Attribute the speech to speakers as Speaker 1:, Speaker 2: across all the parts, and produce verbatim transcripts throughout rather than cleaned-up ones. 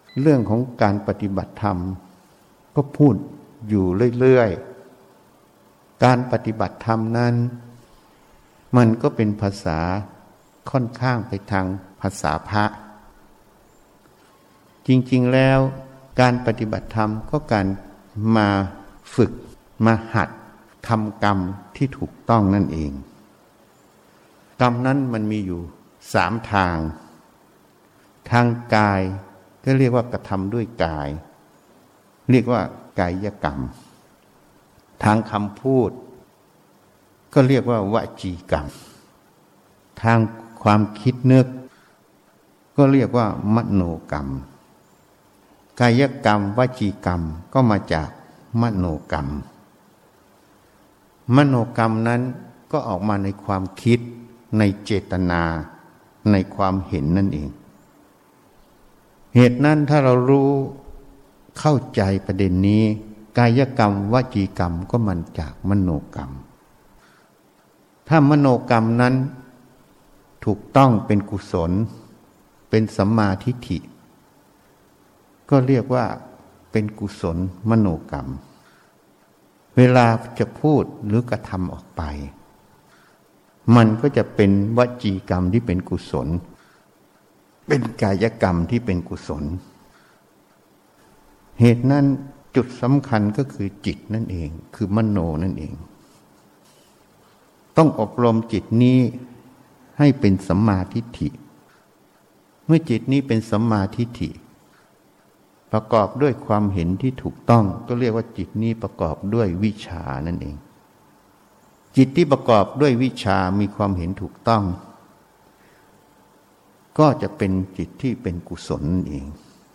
Speaker 1: เรื่องของการปฏิบัติธรรมก็พูดอยู่เรื่อยๆการปฏิบัติธรรมนั้นมันก็เป็นภาษาค่อนข้างไปทางภาษาพระจริงๆแล้วการปฏิบัติธรรมก็การมาฝึกมาหัดทำกรรมที่ถูกต้องนั่นเองกรรมนั้นมันมีอยู่สามทางทางกายก็เรียกว่ากระทำด้วยกายเรียกว่ากายกรรมทางคำพูดก็เรียกว่าวจีกรรมทางความคิดนึกก็เรียกว่ามโนกรรมกายกรรมวจีกรรมก็มาจากมโนกรรมมโนกรรมนั้นก็ออกมาในความคิดในเจตนาในความเห็นนั่นเองเหตุนั้นถ้าเรารู้เข้าใจประเด็นนี้กายกรรมวจีกรรมก็มันจากมโนกรรมถ้ามโนกรรมนั้นถูกต้องเป็นกุศลเป็นสัมมาทิฏฐิก็เรียกว่าเป็นกุศลมโนกรรมเวลาจะพูดหรือกระทำออกไปมันก็จะเป็นวจีกรรมที่เป็นกุศลเป็นกายกรรมที่เป็นกุศลเหตุนั้นจุดสำคัญก็คือจิตนั่นเองคือมโนนั่นเองต้องอบรมจิตนี้ให้เป็นสัมมาทิฏฐิเมื่อจิตนี้เป็นสัมมาทิฏฐิประกอบด้วยความเห็นที่ถูกต้องก็เรียกว่าจิตนี้ประกอบด้วยวิชานั่นเองจิตที่ประกอบด้วยวิชามีความเห็นถูกต้องก็จะเป็นจิตที่เป็นกุศลนั่นเอง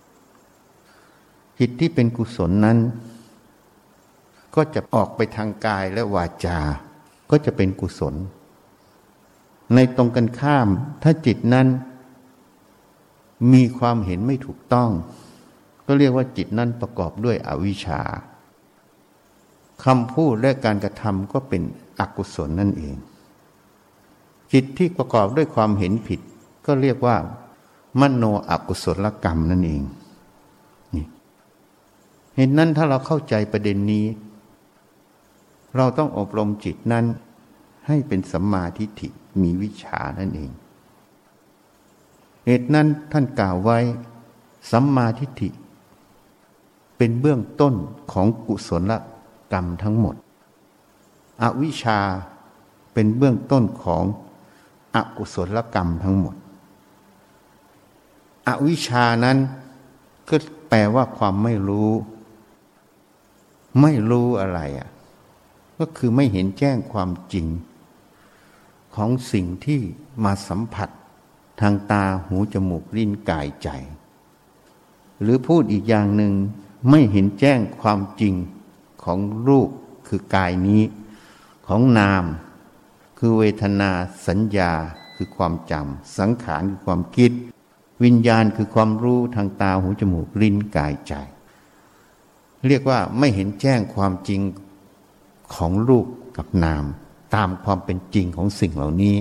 Speaker 1: จิตที่เป็นกุศลนั้นก็จะออกไปทางกายและวาจาก็จะเป็นกุศลในตรงกันข้ามถ้าจิตนั้นมีความเห็นไม่ถูกต้องก็เรียกว่าจิตนั้นประกอบด้วยอวิชชาคำพูดและการกระทำก็เป็นอกุศลนั่นเองจิตที่ประกอบด้วยความเห็นผิดก็เรียกว่ามโนอกุศลกรรมนั่นเองนี่เห็นนั้นถ้าเราเข้าใจประเด็นนี้เราต้องอบรมจิตนั้นให้เป็นสัมมาทิฏฐิมีวิชานั่นเองเหตุนั้นท่านกล่าวไว้สัมมาทิฏฐิเป็นเบื้องต้นของกุศลกรรมทั้งหมดอวิชชาเป็นเบื้องต้นของอกุศลกรรมทั้งหมดอวิชชานั้นก็แปลว่าความไม่รู้ไม่รู้อะไรอ่ะก็คือไม่เห็นแจ้งความจริงของสิ่งที่มาสัมผัสทางตาหูจมูกลิ้นกายใจหรือพูดอีกอย่างหนึ่งไม่เห็นแจ้งความจริงของรูปคือกายนี้ของนามคือเวทนาสัญญาคือความจำสังขารคือความคิดวิญญาณคือความรู้ทางตาหูจมูกลิ้นกายใจเรียกว่าไม่เห็นแจ้งความจริงของรูปกับนามตามความเป็นจริงของสิ่งเหล่านี้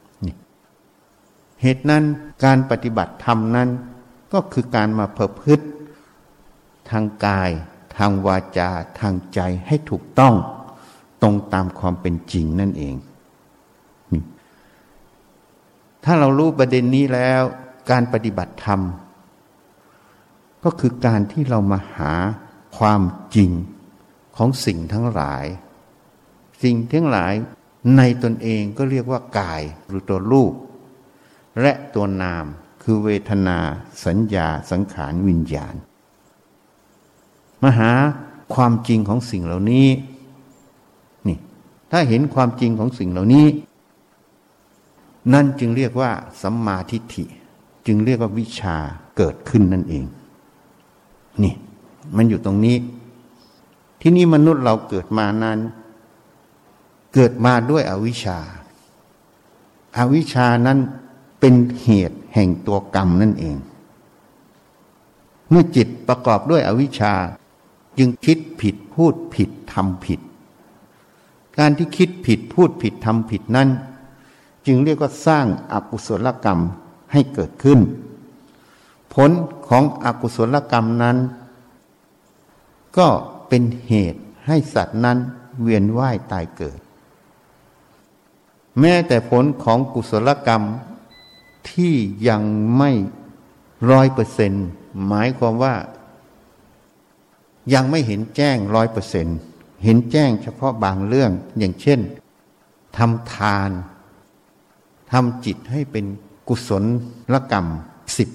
Speaker 1: เหตุนั้นการปฏิบัติธรรมนั้นก็คือการมาประพฤติทางกายทางวาจาทางใจให้ถูกต้องตรงตามความเป็นจริงนั่นเองถ้าเรารู้ประเด็นนี้แล้วการปฏิบัติธรรมก็คือการที่เรามาหาความจริงของสิ่งทั้งหลายสิ่งทั้งหลายในตนเองก็เรียกว่ากายหรือตัวรูปและตัวนามคือเวทนาสัญญาสังขารวิญญาณมาหาความจริงของสิ่งเหล่านี้นี่ถ้าเห็นความจริงของสิ่งเหล่านี้นั่นจึงเรียกว่าสัมมาทิฏฐิจึงเรียกว่าวิชาเกิดขึ้นนั่นเองนี่มันอยู่ตรงนี้ที่นี่มนุษย์เราเกิดมานั้นเกิดมาด้วยอวิชชาอวิชชานั้นเป็นเหตุแห่งตัวกรรมนั่นเองเมื่อจิตประกอบด้วยอวิชชาจึงคิดผิดพูดผิดทำผิดการที่คิดผิดพูดผิดทำผิดนั้นจึงเรียกว่าสร้างอกุศลกรรมให้เกิดขึ้นผผลของอกุศลกรรมนั้นก็เป็นเหตุให้สัตว์นั้นเวียนว่ายตายเกิดแม้แต่ผลของกุศลกรรมที่ยังไม่ร้อยเปอร์เซ็นต์หมายความว่ายังไม่เห็นแจ้งร้อยเปอร์เซ็นต์เห็นแจ้งเฉพาะบางเรื่องอย่างเช่นทำทานทำจิตให้เป็นกุศลกรรมสิบ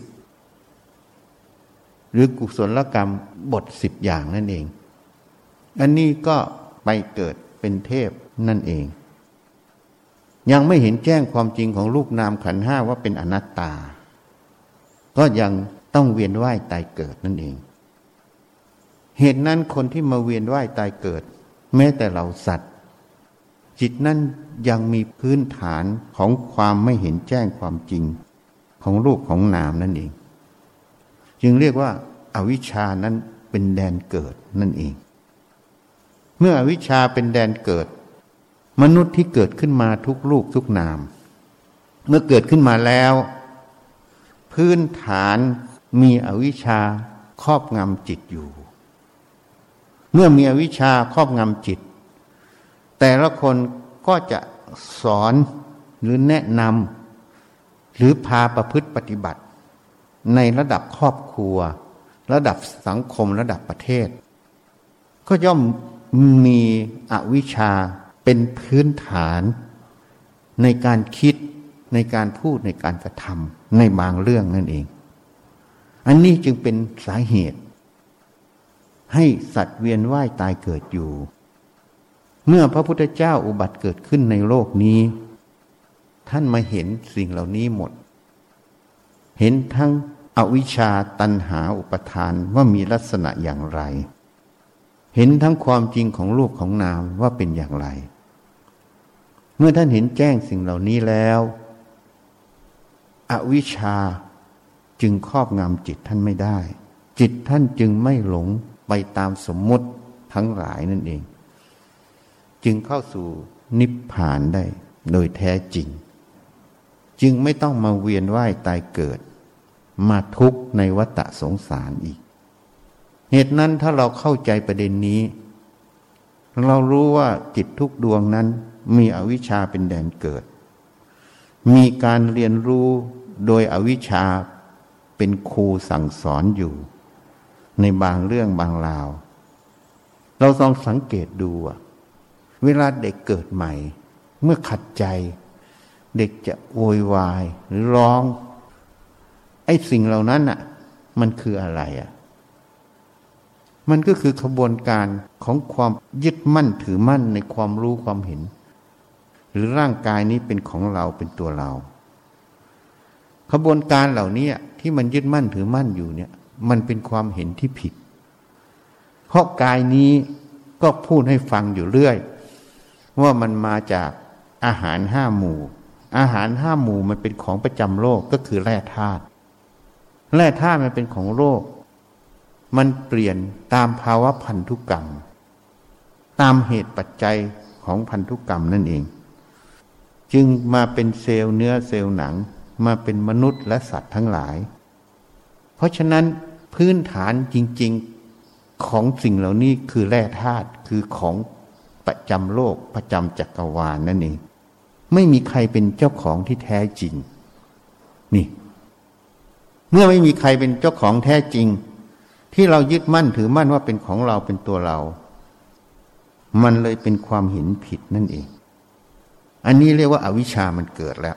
Speaker 1: หรือกุศลกรรมบทสิบอย่างนั่นเองอันนี้ก็ไปเกิดเป็นเทพนั่นเองยังไม่เห็นแจ้งความจริงของรูปนามขันธ์ห้าว่าเป็นอนัตตาก็ยังต้องเวียนว่ายตายเกิดนั่นเองเหตุนั้นคนที่มาเวียนว่ายตายเกิดแม้แต่เราสัตว์จิตนั้นยังมีพื้นฐานของความไม่เห็นแจ้งความจริงของรูปของนามนั่นเองจึงเรียกว่าอวิชชานั้นเป็นแดนเกิดนั่นเองเมื่ออวิชชาเป็นแดนเกิดมนุษย์ที่เกิดขึ้นมาทุกรูปทุกนามเมื่อเกิดขึ้นมาแล้วพื้นฐานมีอวิชชาครอบงำจิตอยู่เมื่อมีอวิชชาครอบงำจิตแต่ละคนก็จะสอนหรือแนะนำหรือพาประพฤติปฏิบัติในระดับครอบครัวระดับสังคมระดับประเทศก็ย่อมมีอวิชชาเป็นพื้นฐานในการคิดในการพูดในการกระทำในบางเรื่องนั่นเองอันนี้จึงเป็นสาเหตุให้สัตว์เวียนว่ายตายเกิดอยู่เมื่อพระพุทธเจ้าอุบัติเกิดขึ้นในโลกนี้ท่านมาเห็นสิ่งเหล่านี้หมดเห็นทั้งอวิชชาตัณหาอุปทานว่ามีลักษณะอย่างไรเห็นทั้งความจริงของรูปของนามว่าเป็นอย่างไรเมื่อท่านเห็นแจ้งสิ่งเหล่านี้แล้วอวิชชาจึงครอบงำจิตท่านไม่ได้จิตท่านจึงไม่หลงไปตามสมมุติทั้งหลายนั่นเองจึงเข้าสู่นิพพานได้โดยแท้จริงจึงไม่ต้องมาเวียนว่ายตายเกิดมาทุกข์ในวัฏสงสารอีกเหตุนั้นถ้าเราเข้าใจประเด็นนี้เรารู้ว่าจิตทุกดวงนั้นมีอวิชชาเป็นแดนเกิดมีการเรียนรู้โดยอวิชชาเป็นครูสั่งสอนอยู่ในบางเรื่องบางราวเราลองสังเกตดูเวลาเด็กเกิดใหม่เมื่อขัดใจเด็กจะโวยวายหรือร้องไอ้สิ่งเหล่านั้นน่ะมันคืออะไรอ่ะมันก็คือขบวนการของความยึดมั่นถือมั่นในความรู้ความเห็นหรือร่างกายนี้เป็นของเราเป็นตัวเราขบวนการเหล่านี้ที่มันยึดมั่นถือมั่นอยู่เนี่ยมันเป็นความเห็นที่ผิดเพราะกายนี้ก็พูดให้ฟังอยู่เรื่อยว่ามันมาจากอาหารห้าหมู่อาหารห้าหมู่มันเป็นของประจำโลกก็คือแร่ธาตุแร่ธาตุมันเป็นของโลกมันเปลี่ยนตามภาวะพันธุกรรมตามเหตุปัจจัยของพันธุกรรมนั่นเองจึงมาเป็นเซลล์เนื้อเซลล์หนังมาเป็นมนุษย์และสัตว์ทั้งหลายเพราะฉะนั้นพื้นฐานจริงๆของสิ่งเหล่านี้คือแร่ธาตุคือของประจำโลกประจำจักรวาลนั่นเองไม่มีใครเป็นเจ้าของที่แท้จริงนี่เมื่อไม่มีใครเป็นเจ้าของแท้จริงที่เรายึดมั่นถือมั่นว่าเป็นของเราเป็นตัวเรามันเลยเป็นความเห็นผิดนั่นเองอันนี้เรียกว่าอวิชชามันเกิดแล้ว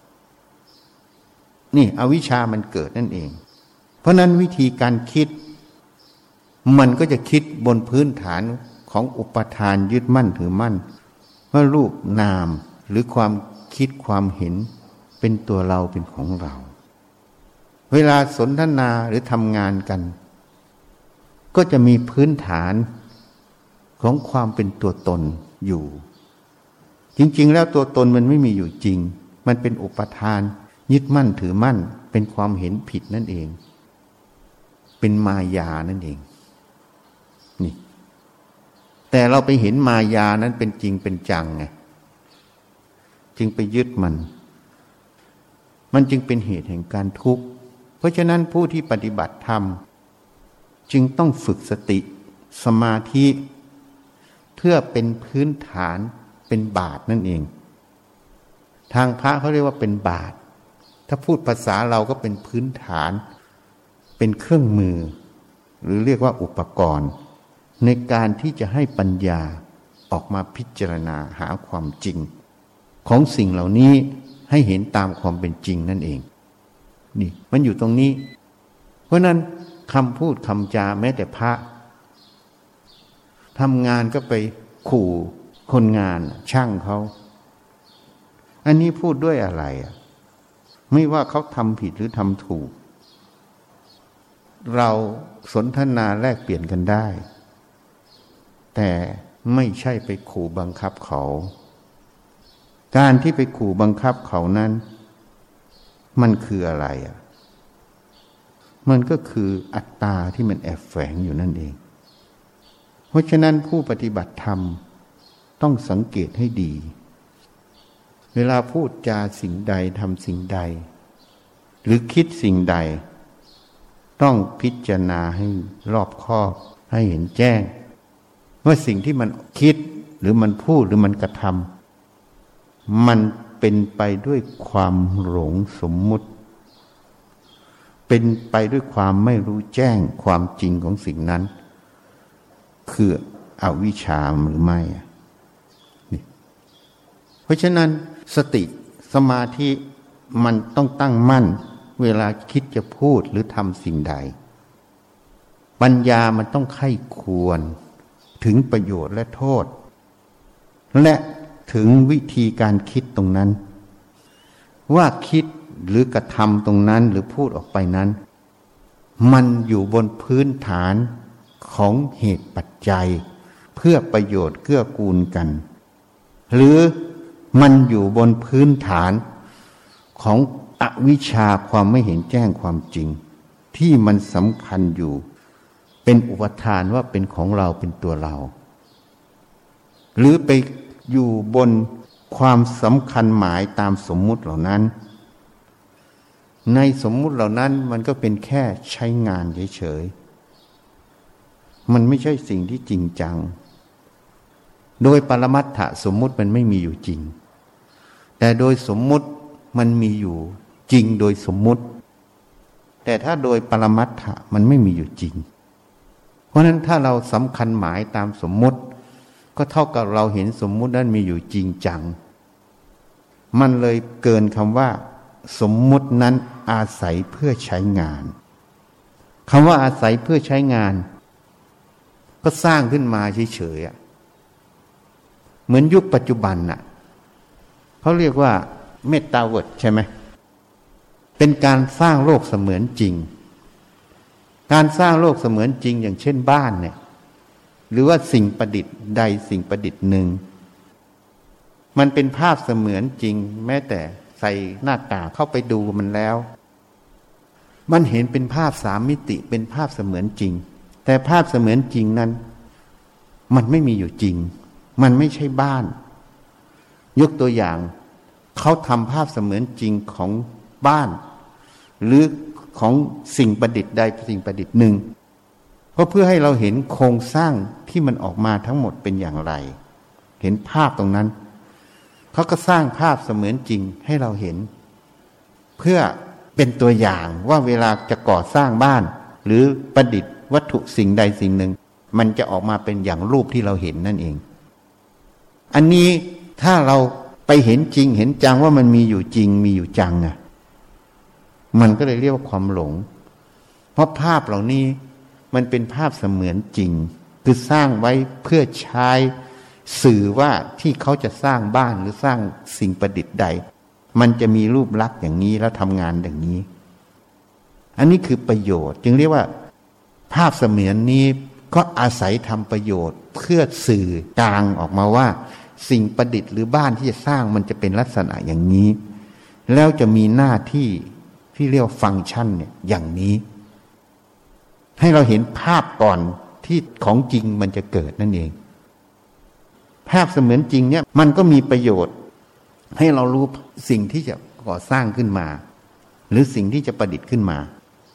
Speaker 1: นี่อวิชชามันเกิดนั่นเองเพราะนั้นวิธีการคิดมันก็จะคิดบนพื้นฐานของอุปทานยึดมั่นถือมั่นว่ารูปนามหรือความคิดความเห็นเป็นตัวเราเป็นของเราเวลาสนทนาหรือทำงานกันก็จะมีพื้นฐานของความเป็นตัวตนอยู่จริงๆแล้วตัวตนมันไม่มีอยู่จริงมันเป็นอุปทานยึดมั่นถือมั่นเป็นความเห็นผิดนั่นเองเป็นมายานั่นเองนี่แต่เราไปเห็นมายานั้นเป็นจริงเป็นจังไงจึงไปยึดมันมันจึงเป็นเหตุแห่งการทุกข์เพราะราะฉะนั้นผู้ที่ปฏิบัติธรรมจึงต้องฝึกสติสมาธิเพื่อเป็นพื้นฐานเป็นบาตรนั่นเองทางพระเขาเรียกว่าเป็นบาตรถ้าพูดภาษาเราก็เป็นพื้นฐานเป็นเครื่องมือหรือเรียกว่าอุปกรณ์ในการที่จะให้ปัญญาออกมาพิจารณาหาความจริงของสิ่งเหล่านี้ให้เห็นตามความเป็นจริงนั่นเองนี่มันอยู่ตรงนี้เพราะนั้นคำพูดคำจาแม้แต่พระทำงานก็ไปขู่คนงานช่างเขาอันนี้พูดด้วยอะไรอ่ะไม่ว่าเขาทำผิดหรือทำถูกเราสนทนาแลกเปลี่ยนกันได้แต่ไม่ใช่ไปขู่บังคับเขาการที่ไปขู่บังคับเขานั้นมันคืออะไรอ่ะมันก็คืออัตตาที่มันแอบแฝงอยู่นั่นเองเพราะฉะนั้นผู้ปฏิบัติธรรมต้องสังเกตให้ดีเวลาพูดจาสิ่งใดทำสิ่งใดหรือคิดสิ่งใดต้องพิจารณาให้รอบคอบให้เห็นแจ้งว่าสิ่งที่มันคิดหรือมันพูดหรือมันกระทำมันเป็นไปด้วยความหลงสมมุติเป็นไปด้วยความไม่รู้แจ้งความจริงของสิ่งนั้นคืออวิชชาหรือไม่นี่เพราะฉะนั้นสติสมาธิมันต้องตั้งมั่นเวลาคิดจะพูดหรือทำสิ่งใดปัญญามันต้องไข้ควรถึงประโยชน์และโทษและถึงวิธีการคิดตรงนั้นว่าคิดหรือกระทำตรงนั้นหรือพูดออกไปนั้นมันอยู่บนพื้นฐานของเหตุปัจจัยเพื่อประโยชน์เกื้อกูลกันหรือมันอยู่บนพื้นฐานของอวิชชาความไม่เห็นแจ้งความจริงที่มันสำคัญอยู่เป็นอุปทานว่าเป็นของเราเป็นตัวเราหรือไปอยู่บนความสำคัญหมายตามสมมุติเหล่านั้นในสมมุติเหล่านั้นมันก็เป็นแค่ใช้งานเฉยๆมันไม่ใช่สิ่งที่จริงจังโดยปรมัตถะสมมุติมันไม่มีอยู่จริงแต่โดยสมมุติมันมีอยู่จริงโดยสมมุติแต่ถ้าโดยปรมัตถะมันไม่มีอยู่จริงเพราะนั้นถ้าเราสำคัญหมายตามสมมุติก็เท่ากับเราเห็นสมมุตินั้นมีอยู่จริงจังมันเลยเกินคำว่าสมมุตินั้นอาศัยเพื่อใช้งานคำว่าอาศัยเพื่อใช้งานก็สร้างขึ้นมาเฉยๆเหมือนยุคปัจจุบันน่ะเขาเรียกว่าเมตาเวิร์ดใช่ไหมเป็นการสร้างโลกเสมือนจริงการสร้างโลกเสมือนจริงอย่างเช่นบ้านเนี่ยหรือว่าสิ่งประดิษฐ์ใดสิ่งประดิษฐ์หนึ่งมันเป็นภาพเสมือนจริงแม้แต่ใส่หน้าต่างเข้าไปดูมันแล้วมันเห็นเป็นภาพสามมิติเป็นภาพเสมือนจริงแต่ภาพเสมือนจริงนั้นมันไม่มีอยู่จริงมันไม่ใช่บ้านยกตัวอย่างเขาทำภาพเสมือนจริงของบ้านหรือของสิ่งประดิษฐ์ใดสิ่งประดิษฐ์หนึ่งก็เพื่อให้เราเห็นโครงสร้างที่มันออกมาทั้งหมดเป็นอย่างไรเห็นภาพตรงนั้นเขาก็สร้างภาพเสมือนจริงให้เราเห็นเพื่อเป็นตัวอย่างว่าเวลาจะก่อสร้างบ้านหรือประดิษฐ์วัตถุสิ่งใดสิ่งหนึ่งมันจะออกมาเป็นอย่างรูปที่เราเห็นนั่นเองอันนี้ถ้าเราไปเห็นจริงเห็นจังว่ามันมีอยู่จริงมีอยู่จังอ่ะมันก็เลยเรียกว่าความหลงเพราะภาพเหล่านี้มันเป็นภาพเสมือนจริงคือสร้างไว้เพื่อใช้สื่อว่าที่เขาจะสร้างบ้านหรือสร้างสิ่งประดิษฐ์ใดมันจะมีรูปลักษณ์อย่างนี้แล้วทำงานอย่างนี้อันนี้คือประโยชน์จึงเรียกว่าภาพเสมือนนี้ก็อาศัยทำประโยชน์เพื่อสื่อกลางออกมาว่าสิ่งประดิษฐ์หรือบ้านที่จะสร้างมันจะเป็นลักษณะอย่างนี้แล้วจะมีหน้าที่ที่เรียกว่าฟังก์ชันเนี่ยอย่างนี้ให้เราเห็นภาพก่อนที่ของจริงมันจะเกิดนั่นเองภาพเสมือนจริงเนี่ยมันก็มีประโยชน์ให้เรารู้สิ่งที่จะก่อสร้างขึ้นมาหรือสิ่งที่จะประดิษฐ์ขึ้นมา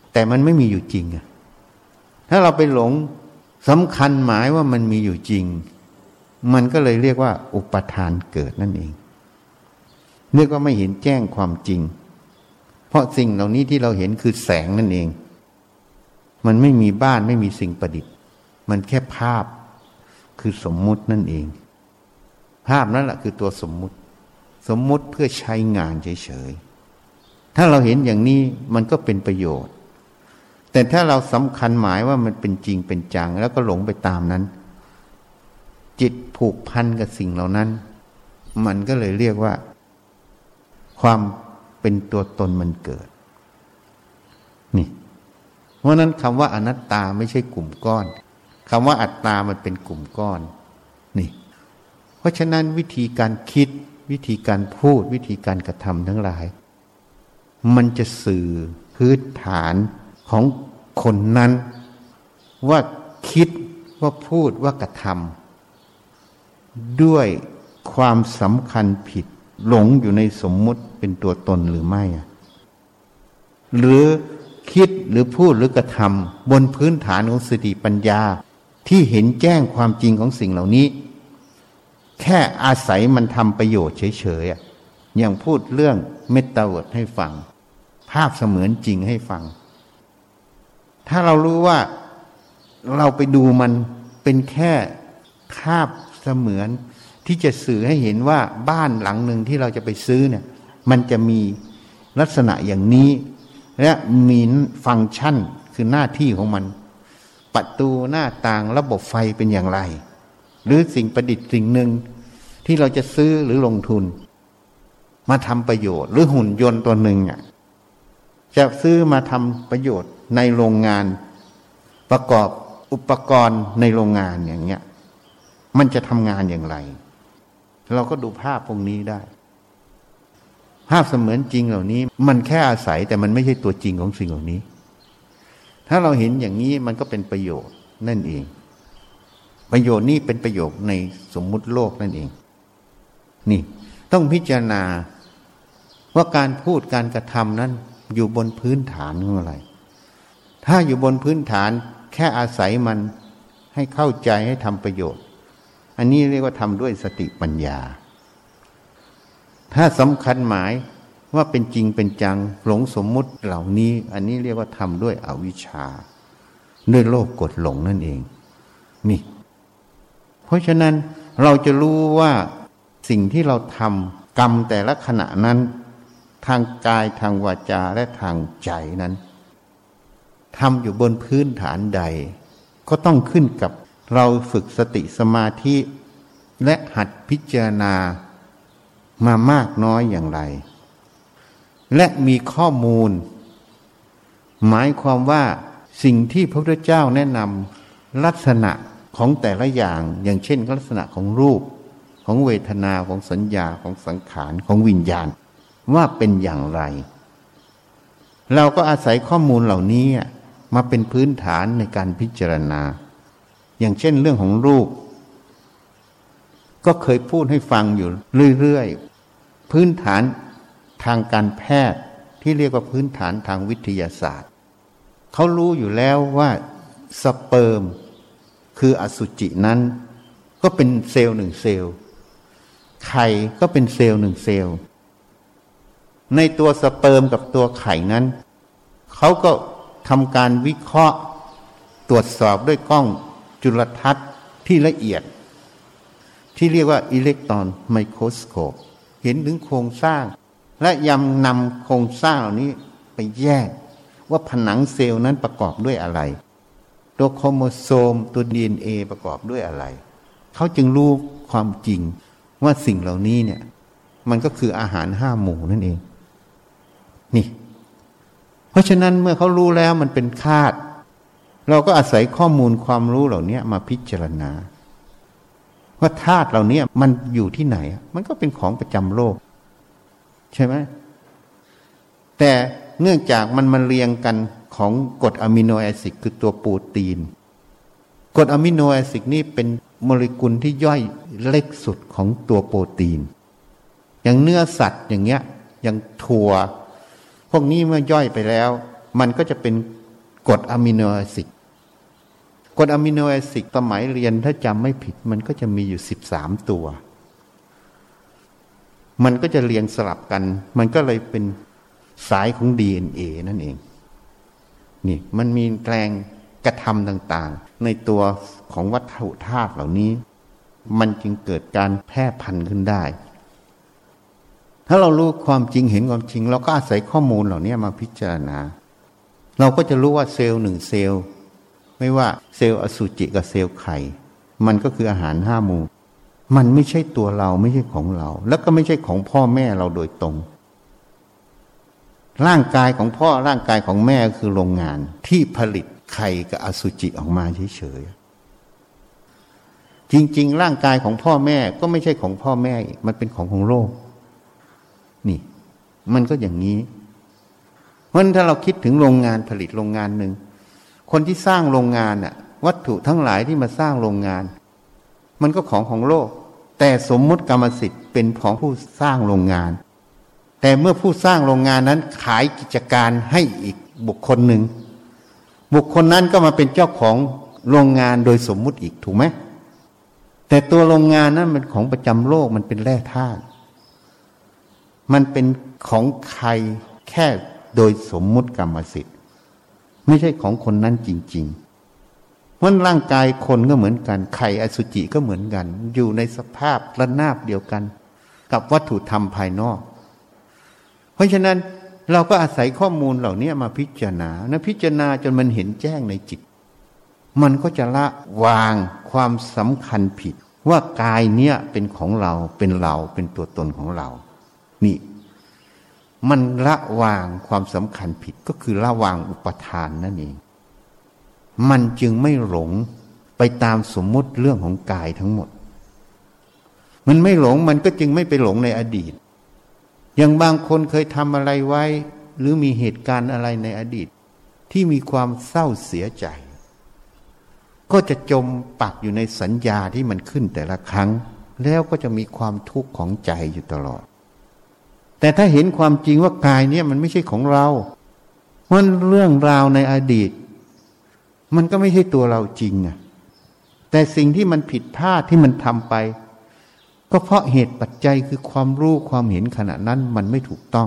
Speaker 1: แต่มันไม่มีอยู่จริงอะถ้าเราไปหลงสำคัญหมายว่ามันมีอยู่จริงมันก็เลยเรียกว่าอุปทานเกิดนั่นเองเรียกว่าไม่เห็นแจ้งความจริงเพราะสิ่งเหล่านี้ที่เราเห็นคือแสงนั่นเองมันไม่มีบ้านไม่มีสิ่งประดิษฐ์มันแค่ภาพคือสมมุตินั่นเองภาพนั่นแหละคือตัวสมมุติสมมุติเพื่อใช้งานเฉยๆถ้าเราเห็นอย่างนี้มันก็เป็นประโยชน์แต่ถ้าเราสำคัญหมายว่ามันเป็นจริงเป็นจังแล้วก็หลงไปตามนั้นจิตผูกพันกับสิ่งเหล่านั้นมันก็เลยเรียกว่าความเป็นตัวตนมันเกิดนี่เพราะนั้นคำว่าอนัตตาไม่ใช่กลุ่มก้อนคำว่าอัตตามันเป็นกลุ่มก้อนนี่เพราะฉะนั้นวิธีการคิดวิธีการพูดวิธีการกระทำทั้งหลายมันจะสื่อพื้นฐานของคนนั้นว่าคิดว่าพูดว่ากระทำด้วยความสำคัญผิดหลงอยู่ในสมมุติเป็นตัวตนหรือไม่หรือคิดหรือพูดหรือกระทำบนพื้นฐานของสติปัญญาที่เห็นแจ้งความจริงของสิ่งเหล่านี้แค่อาศัยมันทำประโยชน์เฉยๆอย่างพูดเรื่องเมตตาเวิร์ดให้ฟังภาพเสมือนจริงให้ฟังถ้าเรารู้ว่าเราไปดูมันเป็นแค่ภาพเสมือนที่จะสื่อให้เห็นว่าบ้านหลังหนึ่งที่เราจะไปซื้อเนี่ยมันจะมีลักษณะอย่างนี้และมีฟังก์ชันคือหน้าที่ของมันประตูหน้าต่างระบบไฟเป็นอย่างไรหรือสิ่งประดิษฐ์สิ่งหนึ่งที่เราจะซื้อหรือลงทุนมาทำประโยชน์หรือหุ่นยนต์ตัวหนึ่งอ่ะจะซื้อมาทำประโยชน์ในโรงงานประกอบอุปกรณ์ในโรงงานอย่างเงี้ยมันจะทำงานอย่างไรเราก็ดูภาพพวกนี้ได้ภาพเสมือนจริงเหล่านี้มันแค่อาศัยแต่มันไม่ใช่ตัวจริงของสิ่งเหล่านี้ถ้าเราเห็นอย่างนี้มันก็เป็นประโยชน์นั่นเองประโยชน์นี้เป็นประโยชน์ในสมมุติโลกนั่นเองนี่ต้องพิจารณาว่าการพูดการกระทำนั้นอยู่บนพื้นฐานของอะไรถ้าอยู่บนพื้นฐานแค่อาศัยมันให้เข้าใจให้ทำประโยชน์อันนี้เรียกว่าทำด้วยสติปัญญาถ้าสำคัญหมายว่าเป็นจริงเป็นจังหลงสมมุติเหล่านี้อันนี้เรียกว่าทำด้วยอวิชชาด้วยโลภกดหลงนั่นเองนี่เพราะฉะนั้นเราจะรู้ว่าสิ่งที่เราทำกรรมแต่ละขณะนั้นทางกายทางวาจาและทางใจนั้นทำอยู่บนพื้นฐานใดก็ต้องขึ้นกับเราฝึกสติสมาธิและหัดพิจารณามามากน้อยอย่างไรและมีข้อมูลหมายความว่าสิ่งที่พระพุทธเจ้าแนะนำลักษณะของแต่ละอย่างอย่างเช่นลักษณะของรูปของเวทนาของสัญญาของสังขารของวิญญาณว่าเป็นอย่างไรเราก็อาศัยข้อมูลเหล่านี้มาเป็นพื้นฐานในการพิจารณาอย่างเช่นเรื่องของรูปก็เคยพูดให้ฟังอยู่เรื่อยๆพื้นฐานทางการแพทย์ที่เรียกว่าพื้นฐานทางวิทยาศาสตร์เขารู้อยู่แล้วว่าสเปิร์มคืออสุจินั้นก็เป็นเซลล์หนึ่งเซลล์ไข่ก็เป็นเซลล์หนึ่งเซลล์ในตัวสเปิร์มกับตัวไข่นั้นเขาก็ทำการวิเคราะห์ตรวจสอบด้วยกล้องจุลทรรศน์ที่ละเอียดที่เรียกว่าอิเล็กตรอนไมโครสโคปเห็นถึงโครงสร้างและยำนำโครงสร้างเหล่านี้ไปแยกว่าผนังเซลล์นั้นประกอบด้วยอะไรตัวโครโมโซมตัว ดี เอ็น เอ ประกอบด้วยอะไรเขาจึงรู้ความจริงว่าสิ่งเหล่านี้เนี่ยมันก็คืออาหารห้าหมู่นั่นเองนี่เพราะฉะนั้นเมื่อเขารู้แล้วมันเป็นคาดเราก็อาศัยข้อมูลความรู้เหล่านี้มาพิจารณาว่าธาตุเหล่านี้มันอยู่ที่ไหนมันก็เป็นของประจำโลกใช่ไหมแต่เนื่องจากมันมาเรียงกันของกรดอะมิโนแอซิดคือตัวโปรตีนกรดอะมิโนแอซิดนี่เป็นโมเลกุลที่ย่อยเล็กสุดของตัวโปรตีนอย่างเนื้อสัตว์อย่างเงี้ยอย่างถั่วพวกนี้เมื่อย่อยไปแล้วมันก็จะเป็นกรดอะมิโนแอซิดกรดอะมิโนแอซิดสมัยเรียนถ้าจำไม่ผิดมันก็จะมีอยู่สิบสามตัวมันก็จะเรียงสลับกันมันก็เลยเป็นสายของ ดี เอ็น เอ นั่นเองนี่มันมีแรงกระทำต่างๆในตัวของวัตถุธาตุเหล่านี้มันจึงเกิดการแพร่พันธุ์ขึ้นได้ถ้าเรารู้ความจริงเห็นความจริงเราก็อาศัยข้อมูลเหล่านี้มาพิจารณาเราก็จะรู้ว่าเซลล์หนึ่งเซลล์ไม่ว่าเซลล์อสุจิกับเซลล์ไข่มันก็คืออาหารห้าหมู่มันไม่ใช่ตัวเราไม่ใช่ของเราแล้วก็ไม่ใช่ของพ่อแม่เราโดยตรงร่างกายของพ่อร่างกายของแม่คือโรงงานที่ผลิตไข่กับอสุจิออกมาเฉยๆจริงๆร่างกายของพ่อแม่ก็ไม่ใช่ของพ่อแม่อีกมันเป็นของของโลกนี่มันก็อย่างนี้เพราะฉะนั้นถ้าเราคิดถึงโรงงานผลิตโรงงานหนึ่งคนที่สร้างโรงงานน่ะวัตถุทั้งหลายที่มาสร้างโรงงานมันก็ของของโลกแต่สมมุติกรรมสิทธิ์เป็นของผู้สร้างโรงงานแต่เมื่อผู้สร้างโรงงานนั้นขายกิจการให้อีกบุคคลหนึ่งบุคคลนั้นก็มาเป็นเจ้าของโรงงานโดยสมมุติอีกถูกไหมแต่ตัวโรงงานนั้นมันของประจำโลกมันเป็นแร่ธาตุมันเป็นของใครแค่โดยสมมุติกรรมสิทธิ์ไม่ใช่ของคนนั้นจริงๆเพราะร่างกายคนก็เหมือนกันไข่อสุจิก็เหมือนกันอยู่ในสภาพระนาบเดียวกันกับวัตถุธรรมภายนอกเพราะฉะนั้นเราก็อาศัยข้อมูลเหล่านี้มาพิจารณานะพิจารณาจนมันเห็นแจ้งในจิตมันก็จะละวางความสำคัญผิดว่ากายเนี้ยเป็นของเราเป็นเราเป็นตัวตนของเรานี่มันละวางความสำคัญผิดก็คือละวางอุปทานนั่นเองมันจึงไม่หลงไปตามสมมุติเรื่องของกายทั้งหมดมันไม่หลงมันก็จึงไม่ไปหลงในอดีตอย่างบางคนเคยทำอะไรไว้หรือมีเหตุการณ์อะไรในอดีตที่มีความเศร้าเสียใจก็จะจมปักอยู่ในสัญญาที่มันขึ้นแต่ละครั้งแล้วก็จะมีความทุกข์ของใจอยู่ตลอดแต่ถ้าเห็นความจริงว่ากายเนี่ยมันไม่ใช่ของเรามันเรื่องราวในอดีตมันก็ไม่ใช่ตัวเราจริงอ่ะแต่สิ่งที่มันผิดพลาดที่มันทำไปก็เพราะเหตุปัจจัยคือความรู้ความเห็นขณะนั้นมันไม่ถูกต้อง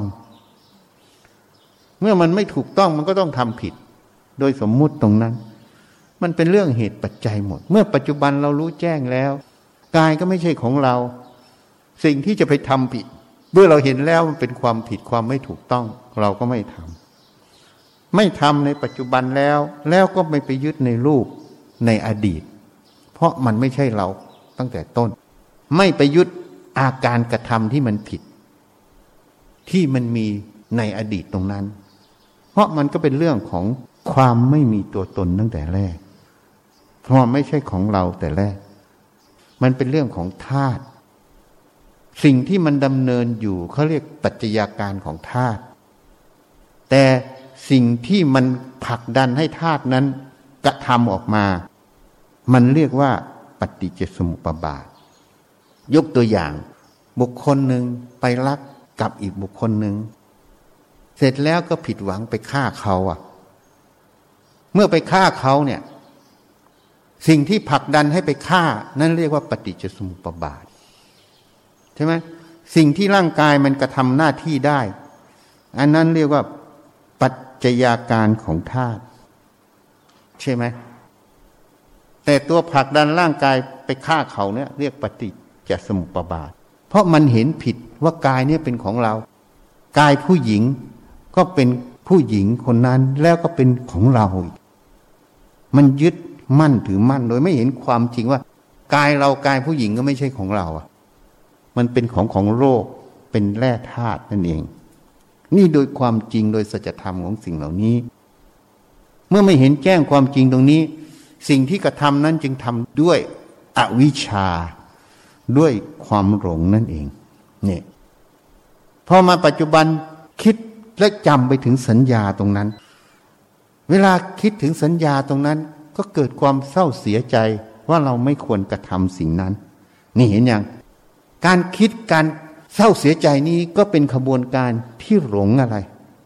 Speaker 1: เมื่อมันไม่ถูกต้องมันก็ต้องทำผิดโดยสมมุติตรงนั้นมันเป็นเรื่องเหตุปัจจัยหมดเมื่อปัจจุบันเรารู้แจ้งแล้วกายก็ไม่ใช่ของเราสิ่งที่จะไปทำผิดเมื่อเราเห็นแล้วมันเป็นความผิดความไม่ถูกต้องเราก็ไม่ทำไม่ทำในปัจจุบันแล้วแล้วก็ไม่ไปยึดในรูปในอดีตเพราะมันไม่ใช่เราตั้งแต่ต้นไม่ไปยึดอาการกระทำที่มันผิดที่มันมีในอดีตตรงนั้นเพราะมันก็เป็นเรื่องของความไม่มีตัวตนตั้งแต่แรกเพราะไม่ใช่ของเราแต่แรกมันเป็นเรื่องของธาตุสิ่งที่มันดำเนินอยู่เขาเรียกปัจจัยการของธาตุแต่สิ่งที่มันผลักดันให้ธาตุนั้นกระทำออกมามันเรียกว่าปฏิจจสมุปบาทยกตัวอย่างบุคคลหนึ่งไปรักกับอีกบุคคลหนึ่งเสร็จแล้วก็ผิดหวังไปฆ่าเขาอ่ะเมื่อไปฆ่าเขาเนี่ยสิ่งที่ผลักดันให้ไปฆ่านั่นเรียกว่าปฏิจจสมุปบาทใช่ไหมสิ่งที่ร่างกายมันกระทำหน้าที่ได้อันนั้นเรียกว่าปัจจัยการของธาตุใช่ไหมแต่ตัวผลักดันร่างกายไปฆ่าเขาเนี่ยเรียกปฏิจจสมุปบาทเพราะมันเห็นผิดว่ากายเนี่ยเป็นของเรากายผู้หญิงก็เป็นผู้หญิงคนนั้นแล้วก็เป็นของเรามันยึดมั่นถือมั่นโดยไม่เห็นความจริงว่ากายเรากายผู้หญิงก็ไม่ใช่ของเราอ่ะมันเป็นของของโลกเป็นแร่ธาตุนั่นเองนี่โดยความจริงโดยสัจธรรมของสิ่งเหล่านี้เมื่อไม่เห็นแจ้งความจริงตรงนี้สิ่งที่กระทำนั้นจึงทำด้วยอวิชชาด้วยความหลงนั่นเองเนี่ยพอมาปัจจุบันคิดและจำไปถึงสัญญาตรงนั้นเวลาคิดถึงสัญญาตรงนั้นก็เกิดความเศร้าเสียใจว่าเราไม่ควรกระทำสิ่งนั้นนี่เห็นยังการคิดการเศร้าเสียใจนี้ก็เป็นขบวนการที่หลงอะไร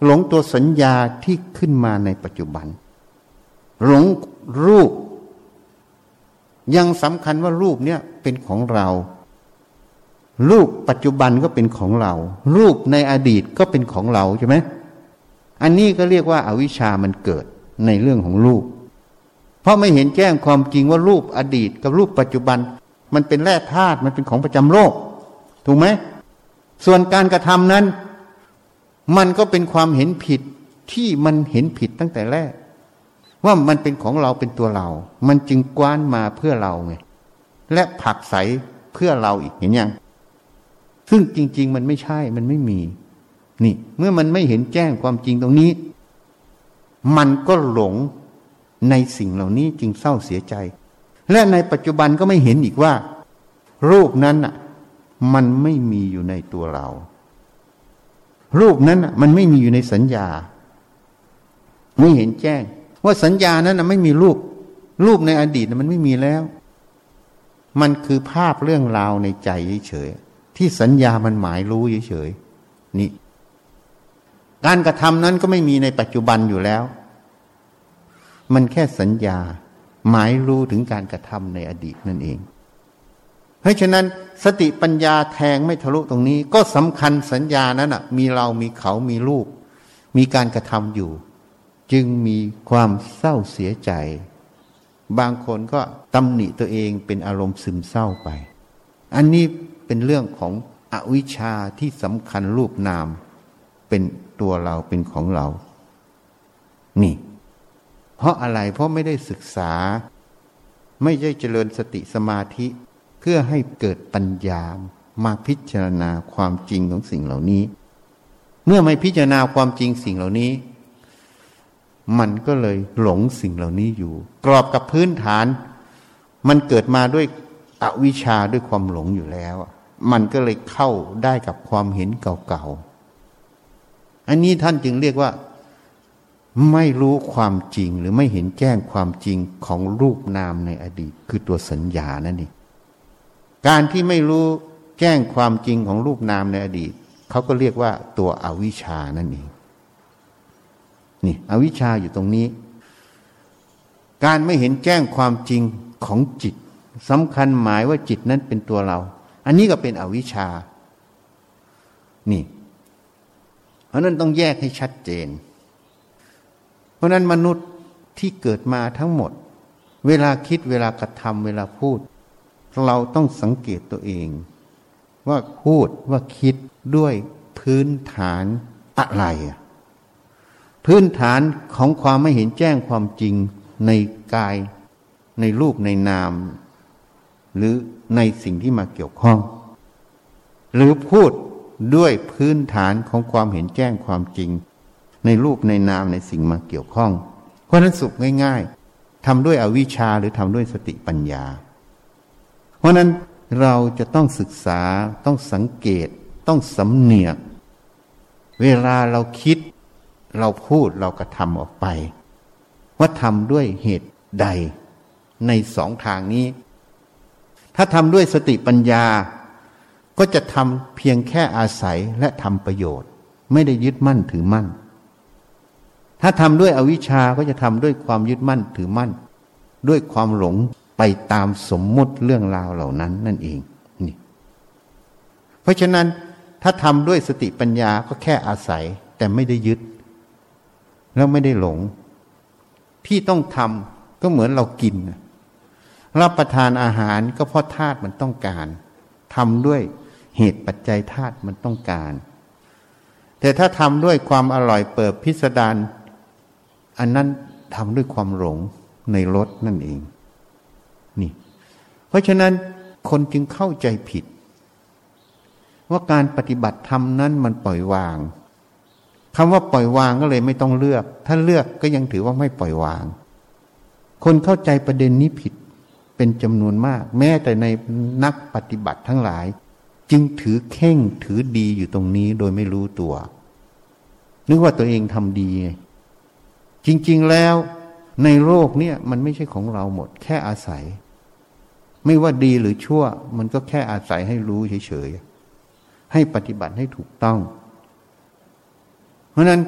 Speaker 1: หลงตัวสัญญาที่ขึ้นมาในปัจจุบันหลงรูปยังสำคัญว่ารูปเนี่ยเป็นของเรารูปปัจจุบันก็เป็นของเรารูปในอดีตก็เป็นของเราใช่ไหมอันนี้ก็เรียกว่าอวิชชามันเกิดในเรื่องของรูปเพราะไม่เห็นแจ้งความจริงว่ารูปอดีตกับรูปปัจจุบันมันเป็นแร่ธาตุมันเป็นของประจำโลกถูกไหมส่วนการกระทำนั้นมันก็เป็นความเห็นผิดที่มันเห็นผิดตั้งแต่แรกว่ามันเป็นของเราเป็นตัวเรามันจึงกว้านมาเพื่อเราไงและผลักไสเพื่อเราอีกเห็นยังซึ่งจริงๆมันไม่ใช่มันไม่มีนี่เมื่อมันไม่เห็นแจ้งความจริงตรงนี้มันก็หลงในสิ่งเหล่านี้จึงเศร้าเสียใจและในปัจจุบันก็ไม่เห็นอีกว่ารูปนั้นน่ะมันไม่มีอยู่ในตัวเรารูปนั้นน่ะมันไม่มีอยู่ในสัญญาไม่เห็นแจ้งว่าสัญญานั้นน่ะไม่มีรูปรูปในอดีตมันไม่มีแล้วมันคือภาพเรื่องราวในใจเฉยๆที่สัญญามันหมายรู้เฉยๆนี่การกระทำนั้นก็ไม่มีในปัจจุบันอยู่แล้วมันแค่สัญญาหมายรู้ถึงการกระทำในอดีตนั่นเองเพราะฉะนั้นสติปัญญาแทงไม่ทะลุตรงนี้ก็สำคัญสัญญานั้นน่ะมีเรามีเขามีรูปมีการกระทำอยู่จึงมีความเศร้าเสียใจบางคนก็ตำหนิตัวเองเป็นอารมณ์ซึมเศร้าไปอันนี้เป็นเรื่องของอวิชชาที่สำคัญรูปนามเป็นตัวเราเป็นของเรานี่เพราะอะไรเพราะไม่ได้ศึกษาไม่ได้เจริญสติสมาธิเพื่อให้เกิดปัญญามาพิจารณาความจริงของสิ่งเหล่านี้เมื่อไม่พิจารณาความจริงสิ่งเหล่านี้มันก็เลยหลงสิ่งเหล่านี้อยู่กรอบกับพื้นฐานมันเกิดมาด้วยอวิชชาด้วยความหลงอยู่แล้วมันก็เลยเข้าได้กับความเห็นเก่าๆอันนี้ท่านจึงเรียกว่าไม่รู้ความจริงหรือไม่เห็นแจ้งความจริงของรูปนามในอดีตคือตัวสัญญานั่นเองการที่ไม่รู้แจ้งความจริงของรูปนามในอดีตเขาก็เรียกว่าตัวอวิชชานั่นเองนี่อวิชชาอยู่ตรงนี้การไม่เห็นแจ้งความจริงของจิตสำคัญหมายว่าจิตนั้นเป็นตัวเราอันนี้ก็เป็นอวิชชานี่เพราะนั้นต้องแยกให้ชัดเจนเพราะนั้นมนุษย์ที่เกิดมาทั้งหมดเวลาคิดเวลากระทำเวลาพูดเราต้องสังเกตตัวเองว่าพูดว่าคิดด้วยพื้นฐานอะไรพื้นฐานของความไม่เห็นแจ้งความจริงในกายในรูปในนามหรือในสิ่งที่มาเกี่ยวข้องหรือพูดด้วยพื้นฐานของความเห็นแจ้งความจริงในรูปในนามในสิ่งมาเกี่ยวข้องเพราะนั้นสุขง่ายๆทำด้วยอวิชชาหรือทำด้วยสติปัญญาเพราะนั้นเราจะต้องศึกษาต้องสังเกตต้องสำเนียกเวลาเราคิดเราพูดเรากระทำออกไปว่าทำด้วยเหตุใดในสองทางนี้ถ้าทำด้วยสติปัญญาก็จะทำเพียงแค่อาศัยและทำประโยชน์ไม่ได้ยึดมั่นถือมั่นถ้าทำด้วยอวิชชาก็จะทำด้วยความยึดมั่นถือมั่นด้วยความหลงไปตามสมมุติเรื่องราวเหล่านั้นนั่นเองนี่เพราะฉะนั้นถ้าทำด้วยสติปัญญาก็แค่อาศัยแต่ไม่ได้ยึดแล้วไม่ได้หลงที่ต้องทำก็เหมือนเรากินรับประทานอาหารก็เพราะธาตุมันต้องการทำด้วยเหตุปัจจัยธาตุมันต้องการแต่ถ้าทำด้วยความอร่อยเปิบพิสดารอันนั้นทำด้วยความหลงในรสนั่นเองนี่เพราะฉะนั้นคนจึงเข้าใจผิดว่าการปฏิบัติธรรมนั้นมันปล่อยวางคำว่าปล่อยวางก็เลยไม่ต้องเลือกถ้าเลือกก็ยังถือว่าไม่ปล่อยวางคนเข้าใจประเด็นนี้ผิดเป็นจำนวนมากแม้แต่ในนักปฏิบัติทั้งหลายจึงถือเข่งถือดีอยู่ตรงนี้โดยไม่รู้ตัวนึกว่าตัวเองทำดีจริงๆแล้วในโลกเนี่ยมันไม่ใช่ของเราหมดแค่อาศัยไม่ว่าดีหรือชั่วมันก็แค่อาศัยให้รู้เฉยๆให้ปฏิบัติให้ถูกต้องเพราะนั้น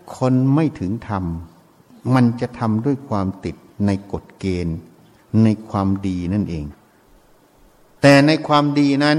Speaker 1: คนไม่ถึงธรรมมันจะทำด้วยความติดในกฎเกณฑ์ในความดีนั่นเองแต่ในความดีนั้น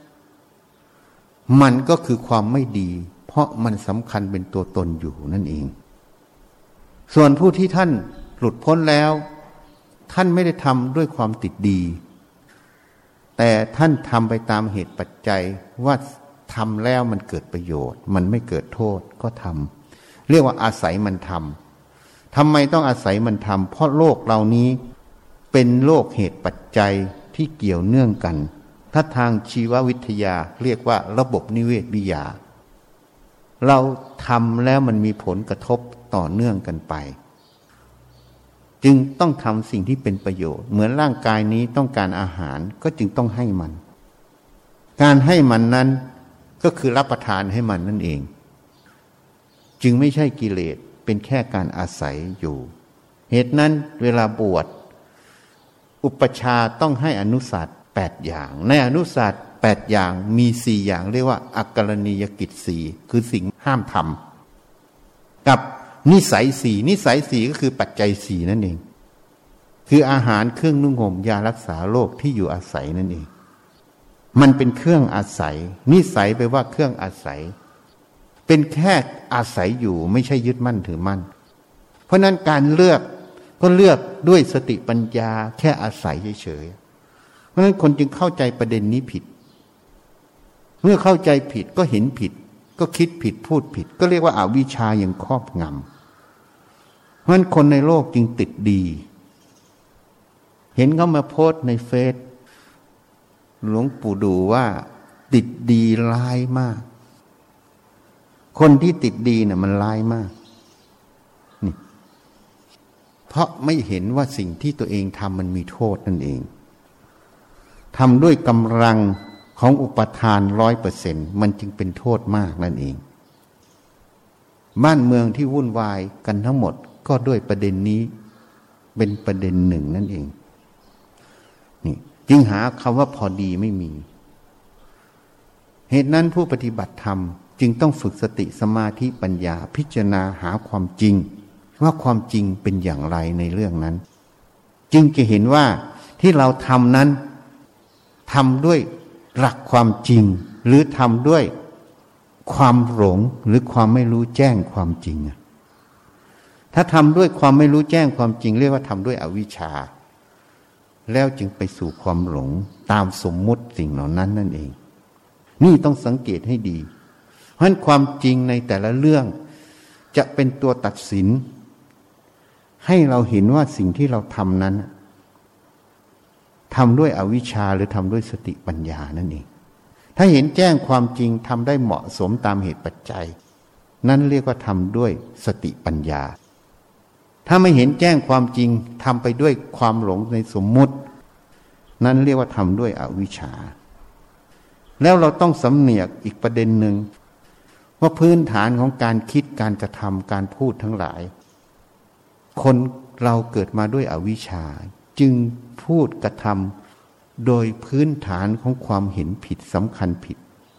Speaker 1: มันก็คือความไม่ดีเพราะมันสำคัญเป็นตัวตนอยู่นั่นเองส่วนผู้ที่ท่านหลุดพ้นแล้วท่านไม่ได้ทำด้วยความติดดีแต่ท่านทำไปตามเหตุปัจจัยว่าทำแล้วมันเกิดประโยชน์มันไม่เกิดโทษก็ทำเรียกว่าอาศัยมันทำทำไมต้องอาศัยมันทำเพราะโลกเหล่านี้เป็นโลกเหตุปัจจัยที่เกี่ยวเนื่องกันถ้าทางชีววิทยาเรียกว่าระบบนิเวศวิทยาเราทำแล้วมันมีผลกระทบต่อเนื่องกันไปจึงต้องทำสิ่งที่เป็นประโยชน์เหมือนร่างกายนี้ต้องการอาหารก็จึงต้องให้มันการให้มันนั้นก็คือรับประทานให้มันนั่นเองจึงไม่ใช่กิเลสเป็นแค่การอาศัยอยู่เหตุนั้นเวลาบวชอุปชาต้องให้อนุสัตย์แปดอย่างในอนุสัตย์แปดอย่างมีสี่อย่างเรียกว่าอักกรณียกิจสี่คือสิ่งห้ามทำกับนิสัยสี่นิสัยสี่ก็คือปัจจัยสี่นั่นเองคืออาหารเครื่องนุ่งห่มยารักษาโรคที่อยู่อาศัยนั่นเองมันเป็นเครื่องอาศัยนิสัยแปลว่าเครื่องอาศัยเป็นแค่อาศัยอยู่ไม่ใช่ยึดมั่นถือมั่นเพราะนั้นการเลือกก็เลือกด้วยสติปัญญาแค่อาศัยเฉยๆเพราะนั้นคนจึงเข้าใจประเด็นนี้ผิดเมื่อเข้าใจผิดก็เห็นผิดก็คิดผิดพูดผิดก็เรียกว่าอวิชชาอย่างครอบงำเพราะนั้นคนในโลกจึงติดดีเห็นเขามาโพสต์ในเฟซหลวงปู่ดูว่าติดดีร้ายมากคนที่ติดดีน่ะมันร้ายมากนี่เพราะไม่เห็นว่าสิ่งที่ตัวเองทำมันมีโทษนั่นเองทำด้วยกำลังของอุปทานร้อยเปอร์เซ็นต์มันจึงเป็นโทษมากนั่นเองบ้านเมืองที่วุ่นวายกันทั้งหมดก็ด้วยประเด็นนี้เป็นประเด็นหนึ่งนั่นเองนี่จึงหาคำว่าพอดีไม่มีเหตุนั้นผู้ปฏิบัติธรรมจึงต้องฝึกสติสมาธิปัญญาพิจารณาหาความจริงว่าความจริงเป็นอย่างไรในเรื่องนั้นจึงจะเห็นว่าที่เราทำนั้นทำด้วยหลักความจริงหรือทำด้วยความหลงหรือความไม่รู้แจ้งความจริงถ้าทำด้วยความไม่รู้แจ้งความจริงเรียกว่าทำด้วยอวิชชาแล้วจึงไปสู่ความหลงตามสมมุติสิ่งเหล่านั้นนั่นเองนี่ต้องสังเกตให้ดีเพราะฉะนั้นความจริงในแต่ละเรื่องจะเป็นตัวตัดสินให้เราเห็นว่าสิ่งที่เราทำนั้นทำด้วยอวิชชาหรือทำด้วยสติปัญญานั่นเองถ้าเห็นแจ้งความจริงทำได้เหมาะสมตามเหตุปัจจัยนั่นเรียกว่าทำด้วยสติปัญญาถ้าไม่เห็นแจ้งความจริงทำไปด้วยความหลงในสมมุตินั้นเรียกว่าทำด้วยอวิชชาแล้วเราต้องสำเนียกอีกประเด็นหนึ่งว่าพื้นฐานของการคิดการกระทำการพูดทั้งหลายคนเราเกิดมาด้วยอวิชชาจึงพูดกระทำโดยพื้นฐานของความเห็นผิดสำคัญผิด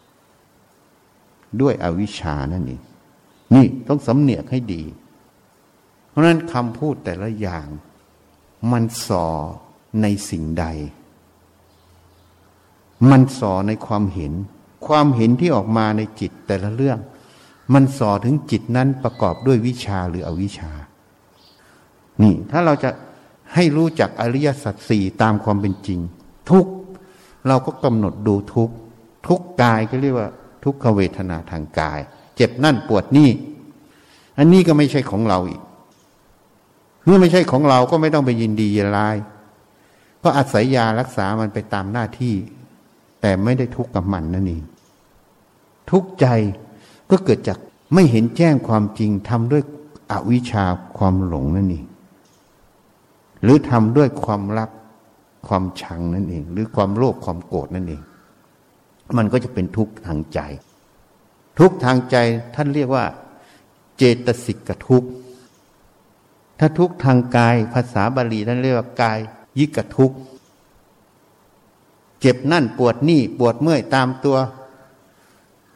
Speaker 1: ด้วยอวิชชานั่นเองนี่ต้องสำเนียกให้ดีเพราะนั้นคำพูดแต่ละอย่างมันส่อในสิ่งใดมันส่อในความเห็นความเห็นที่ออกมาในจิตแต่ละเรื่องมันส่อถึงจิตนั้นประกอบด้วยวิชาหรืออวิชชานี่ถ้าเราจะให้รู้จักอริยสัจสี่ตามความเป็นจริงทุกเราก็กำหนดดูทุกทุกกายก็เรียกว่าทุกขเวทนาทางกายเจ็บนั่นปวดนี่อันนี้ก็ไม่ใช่ของเราอีกเมื่อไม่ใช่ของเราก็ไม่ต้องไปยินดียินร้ายก็อาศัยยารักษามันไปตามหน้าที่แต่ไม่ได้ทุกข์กับมันนั่นเองทุกข์ใจก็เกิดจากไม่เห็นแจ้งความจริงทำด้วยอวิชชาความหลงนั่นเองหรือทำด้วยความรักความชังนั่นเองหรือความโลภความโกรธนั่นเองมันก็จะเป็นทุกข์ทางใจทุกข์ทางใจท่านเรียกว่าเจตสิกทุกข์ถ้าทุกข์ทางกายภาษาบาลีท่านเรียกว่ากายยิกทุกข์เจ็บนั่นปวดนี่ปวดเมื่อยตามตัวท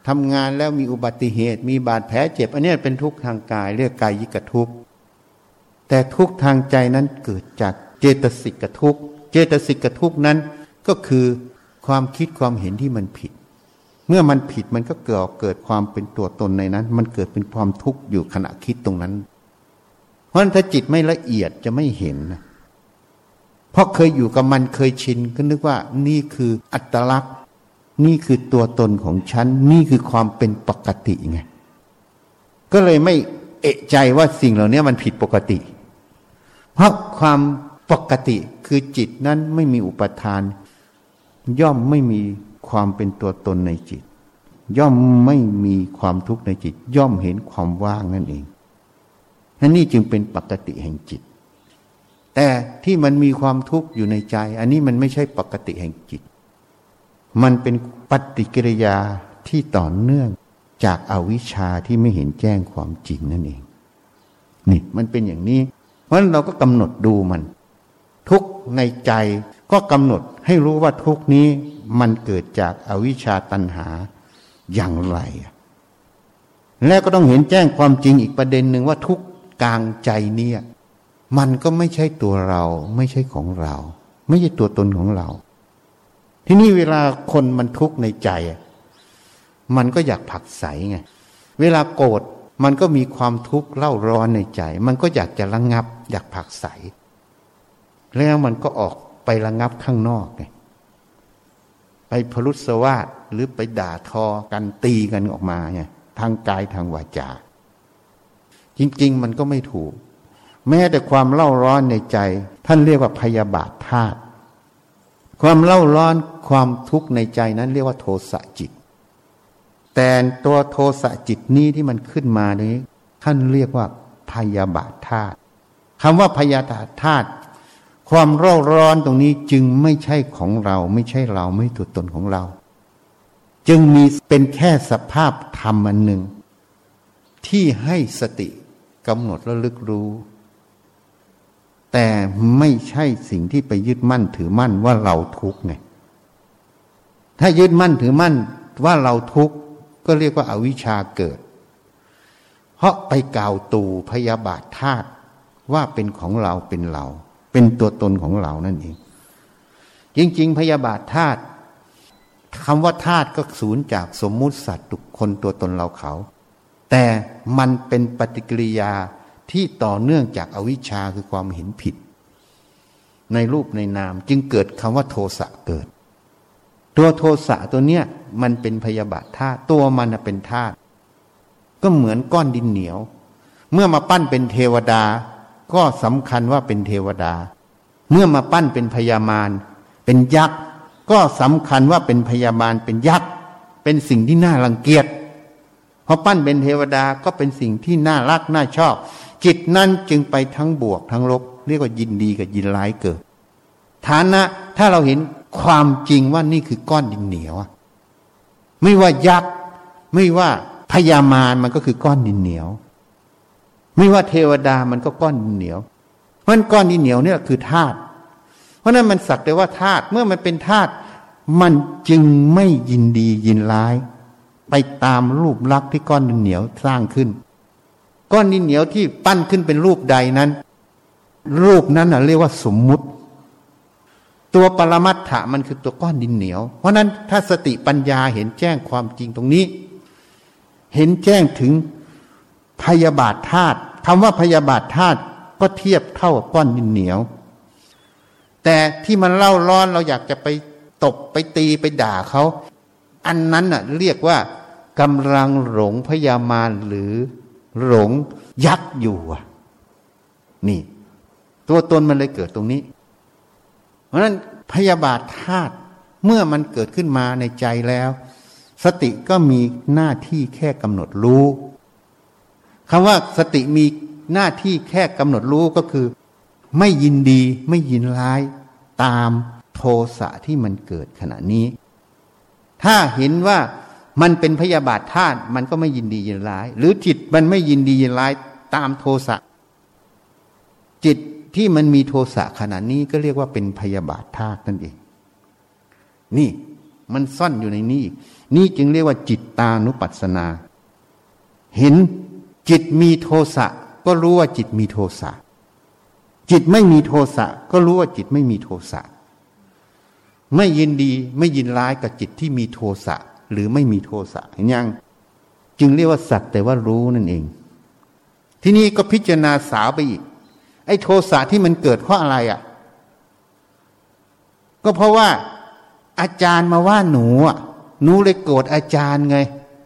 Speaker 1: ทำงานแล้วมีอุบัติเหตุมีบาดแผลเจ็บอันนี้เป็นทุกข์ทางกายเรียกกายิกทุกข์แต่ทุกข์ทางใจนั้นเกิดจากเจตสิกทุกข์เจตสิกทุกข์นั้นก็คือความคิดความเห็นที่มันผิดเมื่อมันผิดมันก็เกิดเกิดความเป็นตัวตนในนั้นมันเกิดเป็นความทุกข์อยู่ขณะคิดตรงนั้นเพราะฉะนั้นถ้าจิตไม่ละเอียดจะไม่เห็นนะเพราะเคยอยู่กับมันเคยชินก็นึกว่านี่คืออัตลักษณ์นี่คือตัวตนของฉันนี่คือความเป็นปกติไงก็เลยไม่เอะใจว่าสิ่งเหล่านี้มันผิดปกติเพราะความปกติคือจิตนั้นไม่มีอุปทานย่อมไม่มีความเป็นตัวตนในจิตย่อมไม่มีความทุกข์ในจิตย่อมเห็นความว่างนั่นเองนั่นนี่จึงเป็นปกติแห่งจิตแต่ที่มันมีความทุกข์อยู่ในใจอันนี้มันไม่ใช่ปกติแห่งจิตมันเป็นปฏิกิริยาที่ต่อเนื่องจากอวิชชาที่ไม่เห็นแจ้งความจริงนั่นเองนี่มันเป็นอย่างนี้เพราะฉะนั้นเราก็กำหนดดูมันทุกข์ในใจก็กำหนดให้รู้ว่าทุกข์นี้มันเกิดจากอวิชชาตัณหาอย่างไรแล้วก็ต้องเห็นแจ้งความจริงอีกประเด็นหนึ่งว่าทุกข์กลางใจเนี่ยมันก็ไม่ใช่ตัวเราไม่ใช่ของเราไม่ใช่ตัวตนของเราที่นี่เวลาคนมันทุกข์ในใจมันก็อยากผลักไสไงเวลาโกรธมันก็มีความทุกข์เล่าร้อนในใจมันก็อยากจะระงับอยากผลักไสแล้วมันก็ออกไประงับข้างนอกไงไปพรุษวาทหรือไปด่าทอกันตีกันออกมาไงทางกายทางวาจาจริงๆมันก็ไม่ถูกแม้แต่ความเล่าร้อนในใจท่านเรียกว่าพยาบาทธาตุความเล่าร้อนความทุกข์ในใจนั้นเรียกว่าโทสะจิตแต่ตัวโทสะจิตนี้ที่มันขึ้นมานี้ท่านเรียกว่าพยาบาทธาตุคำว่าพยาบาทธาตุความเร่าร้อนตรงนี้จึงไม่ใช่ของเราไม่ใช่เราไม่ตัวตนของเราจึงมีเป็นแค่สภาพธรรมอันหนึ่งที่ให้สติกำหนดระลึกรู้แต่ไม่ใช่สิ่งที่ไปยึดมั่นถือมั่นว่าเราทุกข์ไงถ้ายึดมั่นถือมั่นว่าเราทุกข์ก็เรียกว่าอวิชชาเกิดเพราะไปกล่าวตู่พยาบาทธาตุว่าเป็นของเราเป็นเราเป็นตัวตนของเรานั่นเองจริงๆพยาบาทธาตุคำว่าธาตุก็สูญจากสมมุติสัตว์บุคคลตัวตนเราเขาแต่มันเป็นปฏิกิริยาที่ต่อเนื่องจากอวิชชาคือความเห็นผิดในรูปในนามจึงเกิดคำว่าโทสะเกิดตัวโทสะตัวเนี้ยมันเป็นพยาบาทธาตุตัวมันเป็นธาตุก็เหมือนก้อนดินเหนียวเมื่อมาปั้นเป็นเทวดาก็สำคัญว่าเป็นเทวดาเมื่อมาปั้นเป็นพญามารเป็นยักษ์ก็สำคัญว่าเป็นพญามารเป็นยักษ์เป็นสิ่งที่น่ารังเกียจพอปั้นเป็นเทวดาก็เป็นสิ่งที่น่ารักน่าชอบจิตนั้นจึงไปทั้งบวกทั้งลบเรียกว่ายินดีกับยินร้ายเกิดฐานะถ้าเราเห็นความจริงว่านี่คือก้อนดินเหนียวไม่ว่ายักษ์ไม่ว่าพญามารมันก็คือก้อนดินเหนียวไม่ว่าเทวดามันก็ก้อนดินเหนียวเพราะก้อนดินเหนียวเนี่ยคือธาตุเพราะนั้นมันสักแต่ว่าธาตุเมื่อมันเป็นธาตุมันจึงไม่ยินดียินร้ายไปตามรูปลักษณ์ที่ก้อนดินเหนียวสร้างขึ้นก้อนดินเหนียวที่ปั้นขึ้นเป็นรูปใดนั้นรูปนั้นน่ะเรียกว่าสมมุติตัวปรมัตถะมันคือตัวก้อนดินเหนียวเพราะนั้นถ้าสติปัญญาเห็นแจ้งความจริงตรงนี้เห็นแจ้งถึงพยาบาทธาตุคำว่าพยาบาทธาตุก็เทียบเท่ากับก้อนดินเหนียวแต่ที่มันเล่าร้อนเราอยากจะไปตบไปตีไปด่าเขาอันนั้นน่ะเรียกว่ากำลังหลงพยามารหรือหลงยักษ์อยู่นี่ตัวตนมันเลยเกิดตรงนี้เพราะฉะนั้นพยาบาทธาตุเมื่อมันเกิดขึ้นมาในใจแล้วสติก็มีหน้าที่แค่กำหนดรู้คำว่าสติมีหน้าที่แค่กำหนดรู้ก็คือไม่ยินดีไม่ยินร้ายตามโทสะที่มันเกิดขณะนี้ถ้าเห็นว่ามันเป็นพยาบาทธาตุมันก็ไม่ยินดียินร้ายหรือจิตมันไม่ยินดียินร้ายตามโทสะจิตที่มันมีโทสะขณะนี้ก็เรียกว่าเป็นพยาบาทธาตุนั่นเองนี่มันซ่อนอยู่ในนี้อีกนี่จึงเรียกว่าจิตตานุปัสสนาเห็นจิตมีโทสะก็รู้ว่าจิตมีโทสะจิตไม่มีโทสะก็รู้ว่าจิตไม่มีโทสะไม่ยินดีไม่ยินร้ายกับจิตที่มีโทสะหรือไม่มีโทสะเห็นยังจึงเรียกว่าสักแต่ว่ารู้นั่นเองที่นี่ก็พิจารณาสาวไปอีกไอ้โทสะที่มันเกิดเพราะอะไรอ่ะก็เพราะว่าอาจารย์มาว่าหนูอ่ะหนูเลยโกรธอาจารย์ไง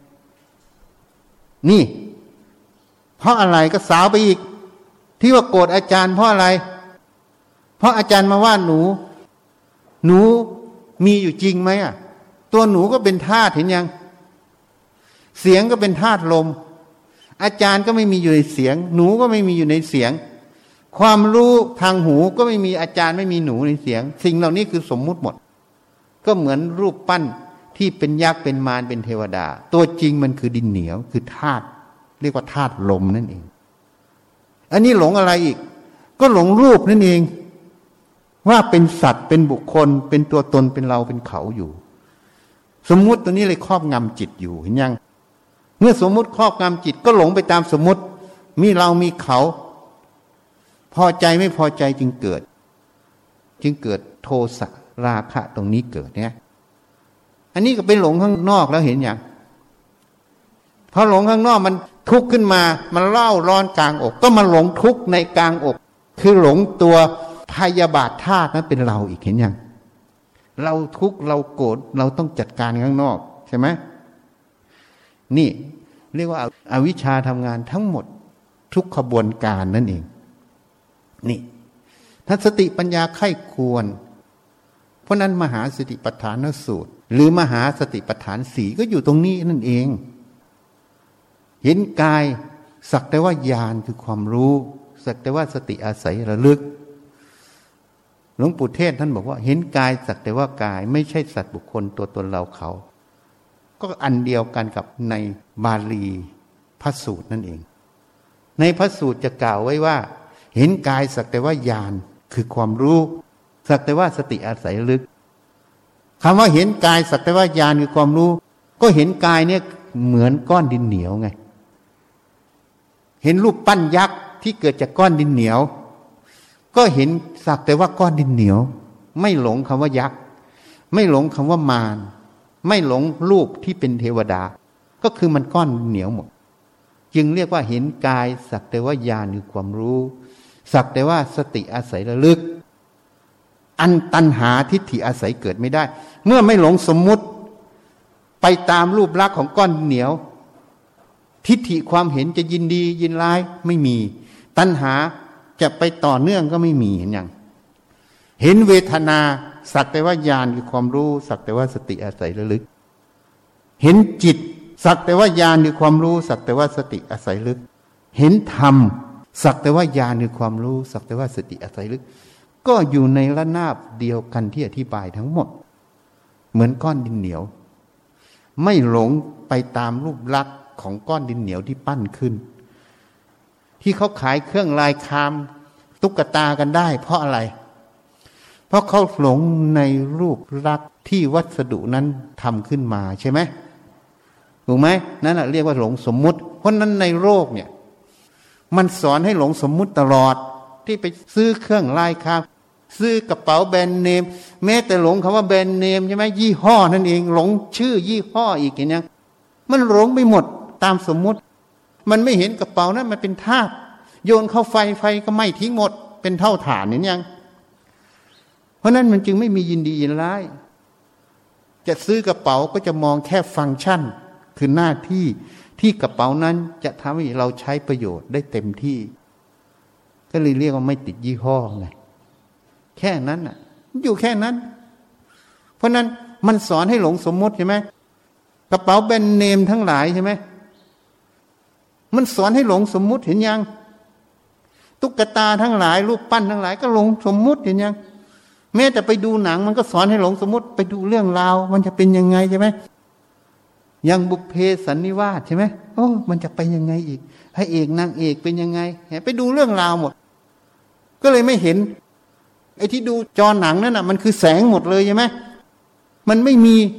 Speaker 1: นี่เพราะอะไรก็สาวไปอีกที่ว่าโกรธอาจารย์เพราะอะไรเพราะอาจารย์มาว่าหนูหนูมีอยู่จริงไหมอ่ะตัวหนูก็เป็นธาตุเห็นยังเสียงก็เป็นธาตุลมอาจารย์ก็ไม่มีอยู่ในเสียงหนูก็ไม่มีอยู่ในเสียงความรู้ทางหูก็ไม่มีอาจารย์ไม่มีหนูในเสียงสิ่งเหล่านี้คือสมมุติหมดก็เหมือนรูปปั้นที่เป็นยักษ์เป็นมารเป็นเทวดาตัวจริงมันคือดินเหนียวคือธาตุเรียกว่าธาตุลมนั่นเองอันนี้หลงอะไรอีกก็หลงรูปนั่นเองว่าเป็นสัตว์เป็นบุคคลเป็นตัวตนเป็นเราเป็นเขาอยู่สมมุติตัวนี้เลยครอบงำจิตอยู่เห็นยังเมื่อสมมุติครอบงำจิตก็หลงไปตามสมมุติมีเรามีเขาพอใจไม่พอใจจึงเกิดจึงเกิดโทสะราคะตรงนี้เกิดเนี่ยอันนี้ก็เป็นหลงข้างนอกแล้วเห็นอย่างพอหลงข้างนอกมันทุกข์ขึ้นมามันเล่าร้อนกลางอกก็มาหลงทุกข์ในกลางอกคือหลงตัวพยาบาทธาตุนั้นเป็นเราอีกเห็นยังเราทุกข์เราโกรธเราต้องจัดการข้างนอกใช่ไหมนี่เรียกว่าอวิชชาทำงานทั้งหมดทุกขบวนการนั่นเองนี่ถ้าสติปัญญาไข้ควรเพราะนั้นมหาสติปัฏฐานสูตรหรือมหาสติปัฏฐานสี่ก็อยู่ตรงนี้นั่นเองเห็นกายสักแต่ว่าญาณคือความรู้สักแต่ว่าสติอาศัยระลึกหลวงปู่เทศท่านบอกว่าเห็นกายสักแต่ว่ากายไม่ใช่สัตว์บุคคลตัวตนเราเขาก็อันเดียวกันกับในบาลีพระสูตรนั่นเองในพระสูตรจะกล่าวไว้ว่าเห็นกายสักแต่ว่าญาณคือความรู้สักแต่ว่าสติอาศัยระลึกคำว่าเห็นกายสักแต่ว่าญาณคือความรู้ก็เห็นกายเนี่ยเหมือนก้อนดินเหนียวไงเห็นรูปปั้นยักษ์ที่เกิดจากก้อนดินเหนียวก็เห็นสักแต่ว่าก้อนดินเหนียวไม่หลงคำว่ายักษ์ไม่หลงคำว่ามารไม่หลงรูปที่เป็นเทวดาก็คือมันก้อนเหนียวหมดจึงเรียกว่าเห็นกายสักแต่ว่าญาณคือความรู้สักแต่ว่าสติอาศัยระลึกอันตัณหาทิฏฐิอาศัยเกิดไม่ได้เมื่อไม่หลงสมมุติไปตามรูปลักษณ์ของก้อนเหนียวทิฏฐิความเห็นจะยินดียินร้ายไม่มีตัณหาจะไปต่อเนื่องก็ไม่มีเห็นยังเห็นเวทนาสักแต่ว่าญาณคือความรู้สักแต่ว่าสติอาศัยระลึกเห็นจิตสักแต่ว่าญาณคือความรู้สักแต่ว่าสติอาศัยระลึกเห็นธรรมสักแต่ว่าญาณคือความรู้สักแต่ว่าสติอาศัยระลึกก็อยู่ในระนาบเดียวกันที่อธิบายทั้งหมดเหมือนก้อนดินเหนียวไม่หลงไปตามรูปลักษณ์ของก้อนดินเหนียวที่ปั้นขึ้นที่เขาขายเครื่องลายคามตุ๊กตากันได้เพราะอะไรเพราะเขาหลงในรูปลักษณ์ที่วัสดุนั้นทำขึ้นมาใช่ไหมถูกไหมนั่นแหละเรียกว่าหลงสมมุติเพราะนั้นในโลกเนี่ยมันสอนให้หลงสมมุติตลอดที่ไปซื้อเครื่องลายคามซื้อกระเป๋าแบรนด์เนมแม้แต่หลงคำว่าแบรนด์เนมใช่ไหมยี่ห้อนั่นเองหลงชื่อยี่ห้ออีกอย่างนี้มันหลงไปหมดตามสมมุติมันไม่เห็นกระเป๋านั้นมันเป็นธาตุโยนเข้าไฟไฟก็ไหม้ทิ้งหมดเป็นเท่าฐานเห็นยังเพราะนั้นมันจึงไม่มียินดียินร้ายจะซื้อกระเป๋าก็จะมองแค่ฟังก์ชันคือหน้าที่ที่กระเป๋านั้นจะทำให้เราใช้ประโยชน์ได้เต็มที่ก็เลยเรียกว่าไม่ติดยี่ห้อไงแค่นั้นอ่ะอยู่แค่นั้นเพราะนั้นมันสอนให้หลงสมมติใช่ไหมกระเป๋าแบรนด์เนมทั้งหลายใช่ไหมมันสอนให้หลงสมมุติเห็นยังตุ๊กตาทั้งหลายรูปปั้นทั้งหลายก็หลงสมมุติเห็นยังแม้แต่ไปดูหนังมันก็สอนให้หลงสมมุติไปดูเรื่องราวมันจะเป็นยังไงใช่ไหมอย่างบุพเพสันนิวาสใช่ไหมโอ้มันจะไปยังไงอีกให้เอกนางเอกเป็นยังไงไปดูเรื่องราวหมดก็เลยไม่เห็นไอ้ที่ดูจอหนังนั่นน่ะมันคือแสงหมดเลยใช่ไหมมันไม่มี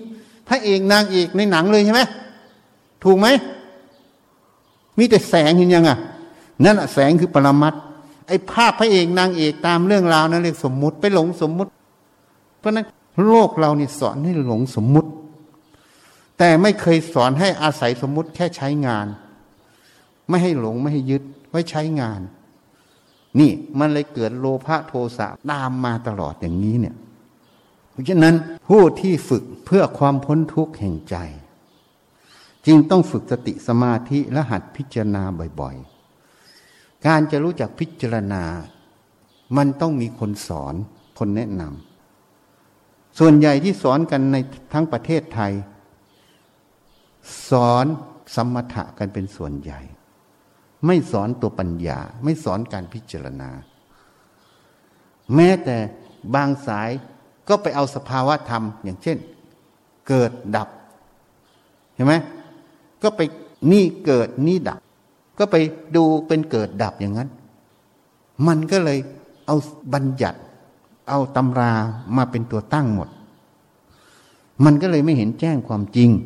Speaker 1: พระเอกนางเอกในหนังเลยใช่ไหมถูกไหมมีแต่แสงเห็นยังอ่ะนั่นแหะแสงคือปรมัตถ์ไอ้ภาพพระเอกนางเอกตามเรื่องราวนั้นเรียกสมมุติไปหลงสมมุติเพราะนั้นโลกเรานี่สอนให้หลงสมมุติแต่ไม่เคยสอนให้อาศัยสมมุติแค่ใช้งานไม่ให้หลงไม่ให้ยึดไว้ใช้งานนี่มันเลยเกิดโลภะโทสะตามมาตลอดอย่างนี้เนี่ยเพราะฉะนั้นผู้ที่ฝึกเพื่อความพ้นทุกข์แห่งใจจึงต้องฝึกสติสมาธิและหัดพิจารณาบ่อยๆการจะรู้จักพิจารณามันต้องมีคนสอนคนแนะนำส่วนใหญ่ที่สอนกันในทั้งประเทศไทยสอนสมถะกันเป็นส่วนใหญ่ไม่สอนตัวปัญญาไม่สอนการพิจารณาแม้แต่บางสายก็ไปเอาสภาวะธรรมอย่างเช่นเกิดดับเห็นไหมก็ไปนี่เกิดนี่ดับก็ไปดูเป็นเกิดดับอย่างนั้นมันก็เลยเอาบัญญัติเอาตำรามาเป็นตัวตั้งหมดมันก็เลยไม่เห็นแจ้งความจริง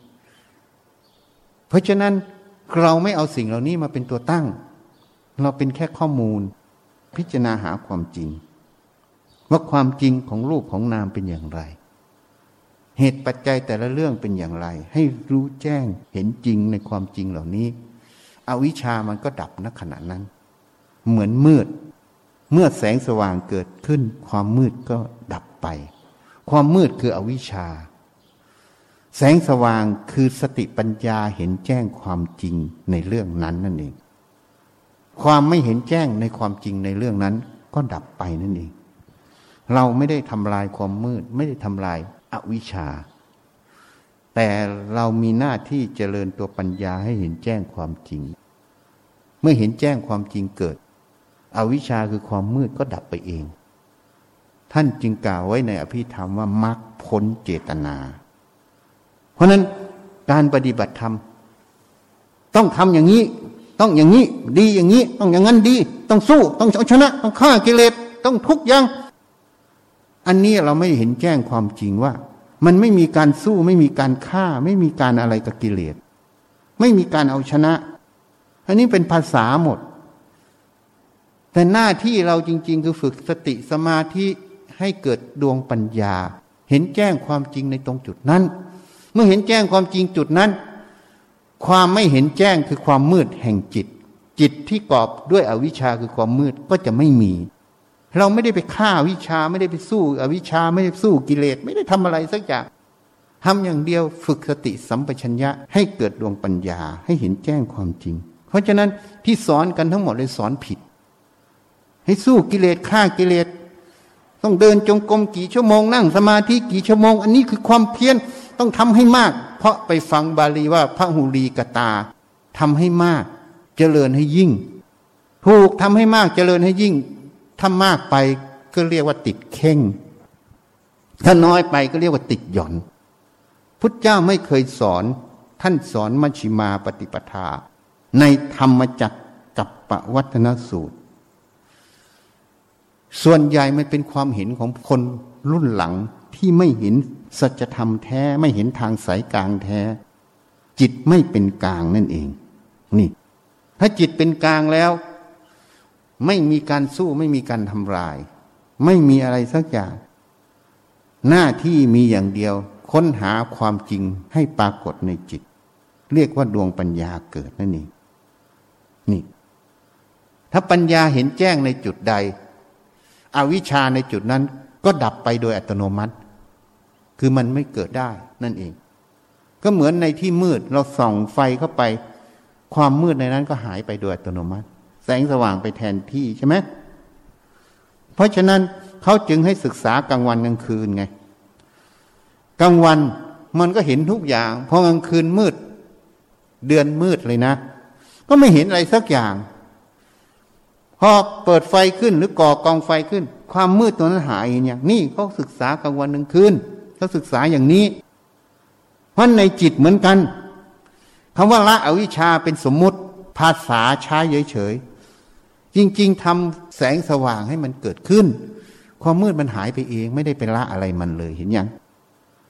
Speaker 1: เพราะฉะนั้นเราไม่เอาสิ่งเหล่านี้มาเป็นตัวตั้งเราเป็นแค่ข้อมูลพิจารณาหาความจริงว่าความจริงของรูปของนามเป็นอย่างไรเหตุปัจจัยแต่ละเรื่องเป็นอย่างไรให้รู้แจ้งเห็นจริงในความจริงเหล่านี้อวิชชามันก็ดับณขณะนั้นเหมือนมืดเมื่อแสงสว่างเกิดขึ้นความมืดก็ดับไปความมืดคืออวิชชาแสงสว่างคือสติปัญญาเห็นแจ้งความจริงในเรื่องนั้นนั่นเองความไม่เห็นแจ้งในความจริงในเรื่องนั้นก็ดับไปนั่นเองเราไม่ได้ทำลายความมืดไม่ได้ทำลายอวิชชาแต่เรามีหน้าที่เจริญตัวปัญญาให้เห็นแจ้งความจริงเมื่อเห็นแจ้งความจริงเกิดอวิชชาคือความมืดก็ดับไปเองท่านจึงกล่าวไว้ในอภิธรรมว่ามรรคพ้นเจตนาเพราะนั้นการปฏิบัติธรรมต้องทำอย่างนี้ต้องอย่างนี้ดีอย่างนี้ต้องอย่างนั้นดีต้องสู้ต้องเอาชนะต้องฆ่ากิเลสต้องทุกอย่างอันนี้เราไม่เห็นแจ้งความจริงว่ามันไม่มีการสู้ไม่มีการฆ่าไม่มีการอะไรกับกิเลสไม่มีการเอาชนะอันนี้เป็นภาษาหมดแต่หน้าที่เราจริงๆคือฝึกสติสมาธิให้เกิดดวงปัญญาเห็นแจ้งความจริงในตรงจุดนั้นเมื่อเห็นแจ้งความจริงจุดนั้นความไม่เห็นแจ้งคือความมืดแห่งจิตจิตที่กอบด้วยอวิชชาคือความมืดก็จะไม่มีเราไม่ได้ไปฆ่าอวิชชาไม่ได้ไปสู้อวิชชาไม่ได้สู้กิเลสไม่ได้ทำอะไรสักอย่างทำอย่างเดียวฝึกสติสัมปชัญญะให้เกิดดวงปัญญาให้เห็นแจ้งความจริงเพราะฉะนั้นที่สอนกันทั้งหมดเลยสอนผิดให้สู้กิเลสฆ่ากิเลสต้องเดินจงกรมกี่ชั่วโมงนั่งสมาธิกี่ชั่วโมงอันนี้คือความเพียรต้องทำให้มากเพราะไปฟังบาลีว่าพระหุลีกตาทำให้มากเจริญให้ยิ่งถูกทำให้มากเจริญให้ยิ่งถ้ามากไปก็เรียกว่าติดเข่งถ้าน้อยไปก็เรียกว่าติดหย่อนพุทธเจ้าไม่เคยสอนท่านสอนมัชฌิมาปฏิปทาในธรรมจักรกัปปวัฏนสูตรส่วนใหญ่มันเป็นความเห็นของคนรุ่นหลังที่ไม่เห็นสัจธรรมแท้ไม่เห็นทางสายกลางแท้จิตไม่เป็นกลางนั่นเองนี่ถ้าจิตเป็นกลางแล้วไม่มีการสู้ไม่มีการทำลายไม่มีอะไรสักอย่างหน้าที่มีอย่างเดียวค้นหาความจริงให้ปรากฏในจิตเรียกว่าดวงปัญญาเกิดนั่นเองนี่ถ้าปัญญาเห็นแจ้งในจุดใดอวิชชาในจุดนั้นก็ดับไปโดยอัตโนมัติคือมันไม่เกิดได้นั่นเองก็เหมือนในที่มืดเราส่องไฟเข้าไปความมืดในนั้นก็หายไปโดยอัตโนมัติแสงสว่างไปแทนที่ใช่ไหมเพราะฉะนั้นเขาจึงให้ศึกษากลางวันกลางคืนไงกลางวันมันก็เห็นทุกอย่างพอกลางคืนมืดเดือนมืดเลยนะก็ไม่เห็นอะไรสักอย่างพอเปิดไฟขึ้นหรือก่อกองไฟขึ้นความมืดตัวนั้นหายอย่างนี้เขาศึกษากลางวันกลางคืนเขาศึกษาอย่างนี้เพราะในจิตเหมือนกันคำว่าละอวิชชาเป็นสมมุติภาษาใช้เฉยๆจริงๆทำแสงสว่างให้มันเกิดขึ้นความมืดมันหายไปเองไม่ได้ไปละอะไรมันเลยเห็นยัง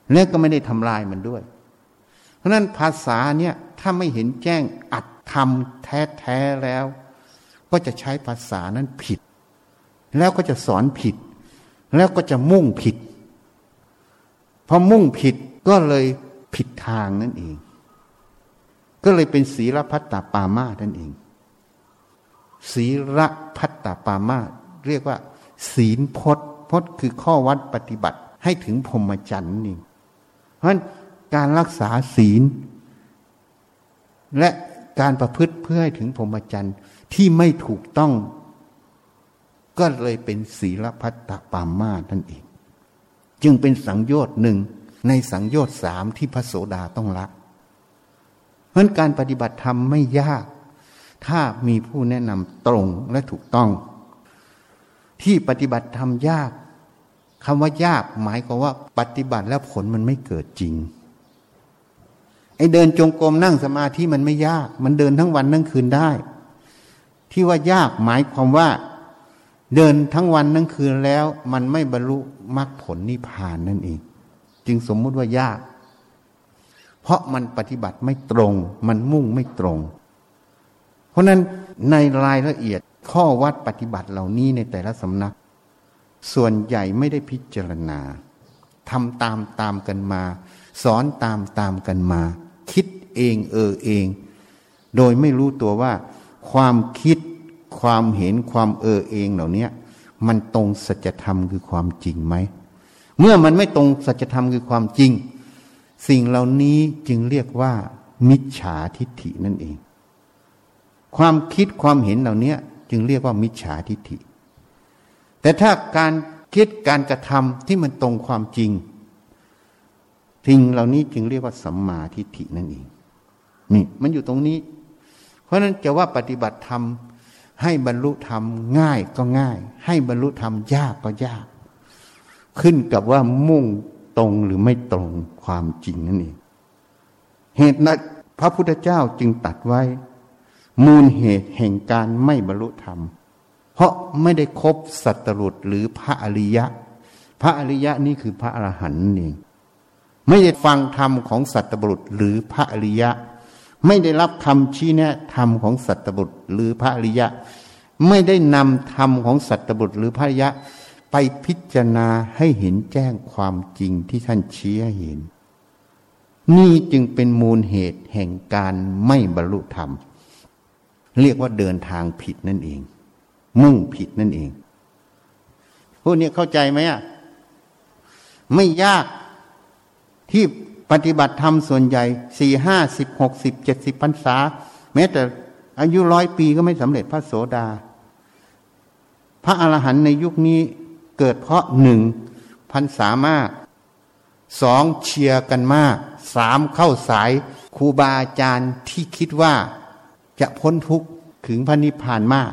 Speaker 1: และก็ไม่ได้ทำลายมันด้วยเพราะนั้นภาษาเนี่ยถ้าไม่เห็นแจ้งอัตธรรมแท้ๆแล้วก็จะใช้ภาษานั้นผิดแล้วก็จะสอนผิดแล้วก็จะมุ่งผิดพอมุ่งผิดก็เลยผิดทางนั่นเองก็เลยเป็นศีลพัตตปามาสนั่นเองศีลพัตตปามาสเรียกว่าศีลพจน์พจน์คือข้อวัดปฏิบัติให้ถึงพรหมจรรย์นี่เพราะฉะนั้นการรักษาศีลและการประพฤติเพื่อให้ถึงพรหมจรรย์ที่ไม่ถูกต้องก็เลยเป็นศีลพัตตปามาสนั่นเองจึงเป็นสังโยชน์หนึ่งในสังโยชน์สามที่พระโสดาต้องละเพราะการปฏิบัติธรรมไม่ยากถ้ามีผู้แนะนำตรงและถูกต้องที่ปฏิบัติธรรมยากคำว่ายากหมายความว่าปฏิบัติแล้วผลมันไม่เกิดจริงไอ้เดินจงกรมนั่งสมาธิมันไม่ยากมันเดินทั้งวันทั้งคืนได้ที่ว่ายากหมายความว่าเดินทั้งวันทั้งคืนแล้วมันไม่บรรลุมรรคผลนิพพานนั่นเองจึงสมมุติว่ายากเพราะมันปฏิบัติไม่ตรงมันมุ่งไม่ตรงเพราะนั้นในรายละเอียดข้อวัดปฏิบัติเหล่านี้ในแต่ละสำนักส่วนใหญ่ไม่ได้พิจารณาทำตามตามกันมาสอนตามตามกันมาคิดเองเออเองโดยไม่รู้ตัวว่าความคิดความเห็นความเออเองเหล่านี้มันตรงสัจธรรมคือความจริงไหมเมื่อมันไม่ตรงสัจธรรมคือความจริงสิ่งเหล่านี้จึงเรียกว่ามิจฉาทิฏฐินั่นเองความคิดความเห็นเหล่านี้จึงเรียกว่ามิจฉาทิฏฐิแต่ถ้าการคิดการกระทำที่มันตรงความจริงสิ่งเหล่านี้จึงเรียกว่าสัมมาทิฏฐินั่นเองนี่มันอยู่ตรงนี้เพราะฉะนั้นจะว่าปฏิบัติธรรมให้บรรลุธรรมง่ายก็ง่ายให้บรรลุธรรมยากก็ยากขึ้นกับว่ามุ่งตรงหรือไม่ตรงความจริงนั่นเองเหตุนั้นพระพุทธเจ้าจึงตรัสไว้มูลเหตุแห่งการไม่บรรลุธรรมเพราะไม่ได้คบสัตตรุษหรือพระอริยะพระอริยะนี่คือพระอรหันต์นั่นเองไม่ได้ฟังธรรมของสัตตบุรุษหรือพระอริยะไม่ได้รับคำชี้แนะธรรมของสัตตบุรุษหรือพระอริยะไม่ได้นำธรรมของสัตตบุรุษหรือพระอริยะไปพิจารณาให้เห็นแจ้งความจริงที่ท่านชี้ให้เห็นนี่จึงเป็นมูลเหตุแห่งการไม่บรรลุธรรมเรียกว่าเดินทางผิดนั่นเองมุ่งผิดนั่นเองพวกนี้เข้าใจไหมอ่ะไม่ยากที่ปฏิบัติธรรมส่วนใหญ่สี่ห้าสิบหกสิบเจ็ดสิบพรรษาแม้แต่อายุร้อยปีก็ไม่สำเร็จพระโสดาพระอรหันต์ในยุคนี้เกิดเพราะหนึ่งพรรษามากสองเชียร์กันมากสามเข้าสายครูบาอาจารย์ที่คิดว่าจะพ้นทุกข์ถึงพระนิพพานมาก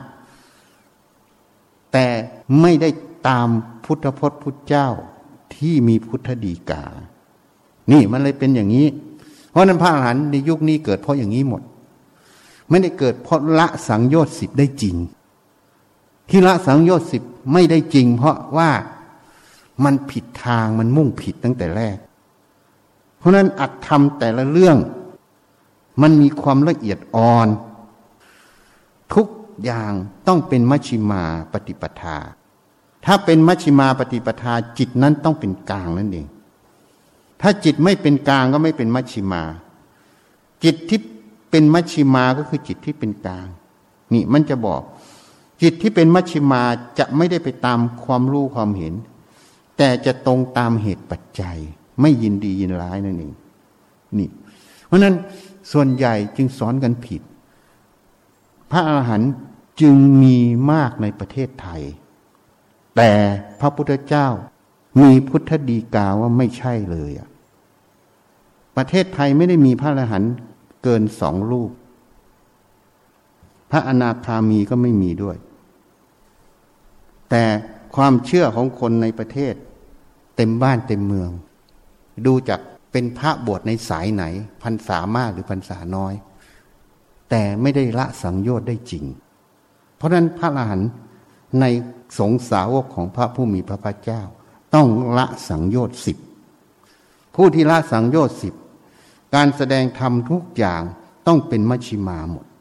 Speaker 1: แต่ไม่ได้ตามพุทธพจน์พุทธเจ้าที่มีพุทธดีกานี่มันเลยเป็นอย่างนี้เพราะนั้นพระอรหันต์ในยุคนี้เกิดเพราะอย่างนี้หมดไม่ได้เกิดเพราะละสังโยชน์สิบได้จริงที่ละสังโยชน์สิบไม่ได้จริงเพราะว่ามันผิดทางมันมุ่งผิดตั้งแต่แรกเพราะนั้นอัตธรรมแต่ละเรื่องมันมีความละเอียดอ่อนทุกอย่างต้องเป็นมัชฌิมาปฏิปทาถ้าเป็นมัชฌิมาปฏิปทาจิตนั้นต้องเป็นกลางนั่นเองถ้าจิตไม่เป็นกลางก็ไม่เป็นมัชฌิมาจิตที่เป็นมัชฌิมาก็คือจิตที่เป็นกลางนี่มันจะบอกจิตที่เป็นมัชฌิมาจะไม่ได้ไปตามความรู้ความเห็นแต่จะตรงตามเหตุปัจจัยไม่ยินดียินร้ายนั่นเองนี่เพราะนั้นส่วนใหญ่จึงสอนกันผิดพระอรหันต์จึงมีมากในประเทศไทยแต่พระพุทธเจ้ามีพุทธดีกาว่าไม่ใช่เลยอ่ะประเทศไทยไม่ได้มีพระอรหันต์เกินสองรูปพระอนาคามีก็ไม่มีด้วยแต่ความเชื่อของคนในประเทศเต็มบ้านเต็มเมืองดูจากเป็นพระบวชในสายไหนพรรษามากหรือพรรษาน้อยแต่ไม่ได้ละสังโยชน์ได้จริงเพราะนั้นพระอรหันต์ในสงฆ์สาวกของพระผู้มีพระภาคเจ้าต้องละสังโยชน์สิบผู้ที่ละสังโยชน์สิบการแสดงธรรมทุกอย่างต้องเป็นมัชฌิมาหมด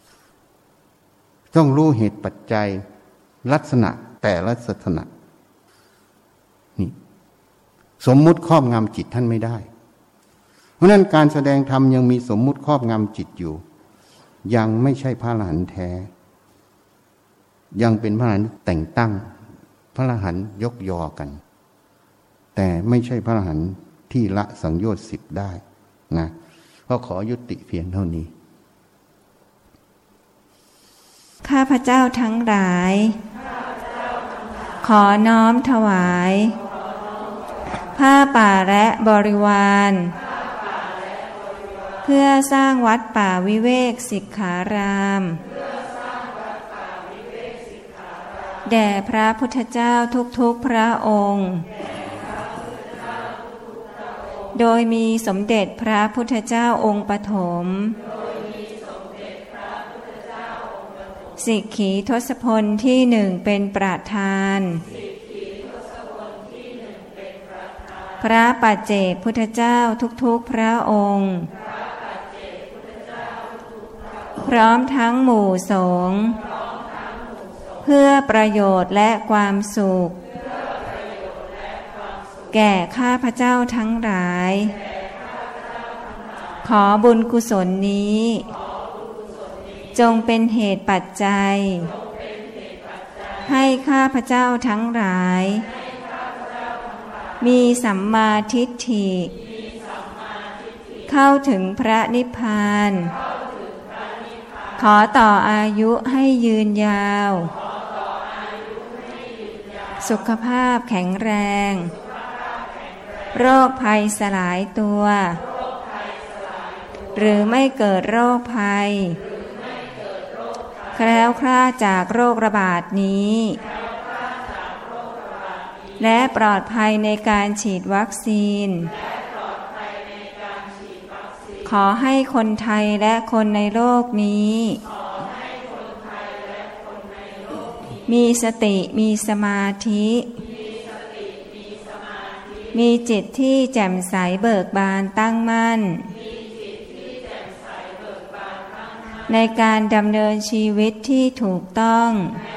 Speaker 1: ต้องรู้เหตุปัจจัยลักษณะแต่ละลักษณะนี่สมมุติครอบงำจิตท่านไม่ได้เพราะนั้นการแสดงธรรมยังมีสมมุติครอบงำจิตอยู่ยังไม่ใช่พระอรหันต์แท้ยังเป็นพระอรหันต์แต่งตั้งพระอรหันต์ยกยอกันแต่ไม่ใช่พระอรหันต์ที่ละสังโยชน์สิบได้นะก็ขอยุติเพียงเท่านี้
Speaker 2: ข้าพเจ้าทั้งหลายขอน้อมถวายผ้าป่าและบริวารเพื่อสร้างวัดป่าวิเวกสิกขารามแด่พระพุทธเจ้าทุกๆพระองค์โดยมีสมเด็จพระพุทธเจ้าองค์ปฐมสิกขีทศพลที่หนึ่งเป็นประธานพระปัจเจกพุทธเจ้าทุกๆพระองค์พร้อมทั้งหมู่สงฆ์เพื่อประโยชน์และความสุขแก่ข้าพเจ้าทั้งหลายขอบุญกุศลนี้จงเป็นเหตุปัจจัยให้ข้าพเจ้าทั้งหลายมีสัมมาทิฏฐิเข้าถึงพระนิพพานขอต่ออายุให้ยืนยาวสุขภาพแข็งแรงโรคภัยสลายตัวหรือไม่เกิดโรคภัยแคล้วคลาดจากโรคระบาดนี้และปลอดภัยในการฉีดวัคซีนขอให้คนไทยและคนในโลกนี้มีสติมีสมาธิมีจิตที่แจ่มใสเบิกบานตั้งมั่นในการดำเนินชีวิตที่ถูกต้อง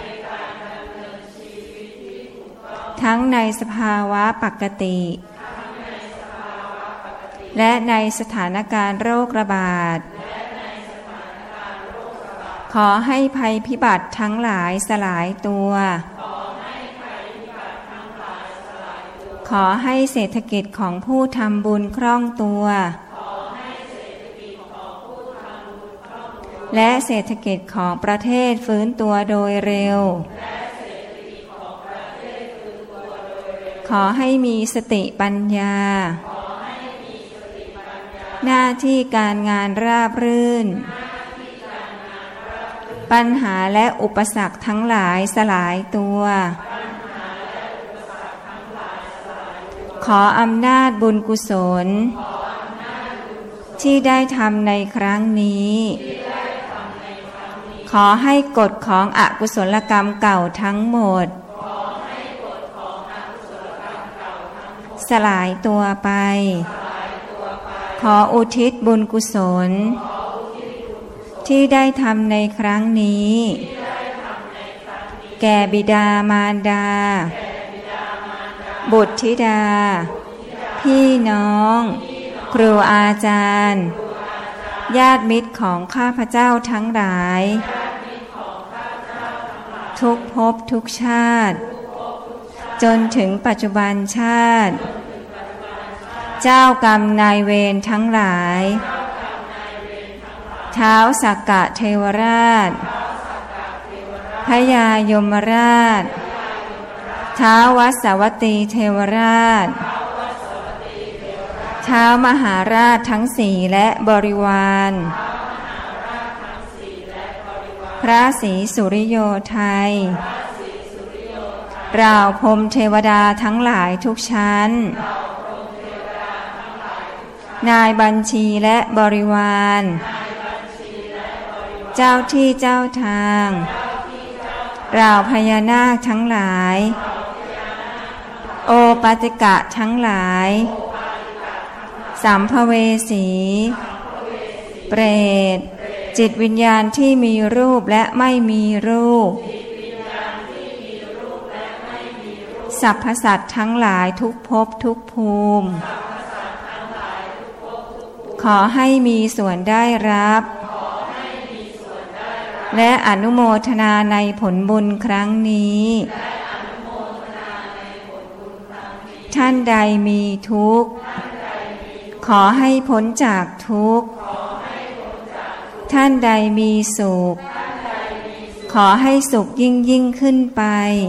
Speaker 2: ทั้งในสภาวะปกติและในสถานการณ์โรคระบาดขอให้ภัยพิบัติทั้งหลายสลายตัวขอให้เศรษฐกิจของผู้ทำบุญคล่องตัวและเศรษฐกิจของประเทศฟื้นตัวโดยเร็วขอให้มีสติปัญญาหน้าที่การงานราบรื่นปัญหาและอุปสรรคทั้งหลายสลายตัวขออำนาจบุญกุศลที่ได้ทำในครั้งนี้ขอให้กฎของอกุศลกรรมเก่าทั้งหมดสลายตัวไปขออุทิศบุญกุศลที่ได้ทำในครั้งนี้แก่บิดามารดาบุตรธิดาพี่น้องครูอาจารย์ญาติมิตรของข้าพเจ้าทั้งหลายทุกภพทุกชาติจนถึงปัจจุบันชาติเจ้ากรรมนายเวรทั้งหลายท้าวสักกะเทวราชพญายมราชท้าววัสวัตตีเทวราชท้าวมหาราชทั้งสี่และบริวารพระศรีสุริโยไทยราวพรหมเทวดาทั้งหลายทุกชั้นนายบัญชีและบริวารเจ้าที่เจ้าทางราวพญานาคทั้งหลายโอปาติกะทั้งหลายสัมภเวสี เปรตจิตวิญญาณที่มีรูปและไม่มีรูปสรรพสัตว์ทั้งหลายทุกภพทุกภูมิขอให้มีส่วนได้รับและอนุโมทนาในผลบุญครั้งนี้ท่านใดมีทุกข์ขอให้พ้นจากทุกข์ท่านใดมีสุขขอให้สุขยิ่งยิ่งขึ้นไป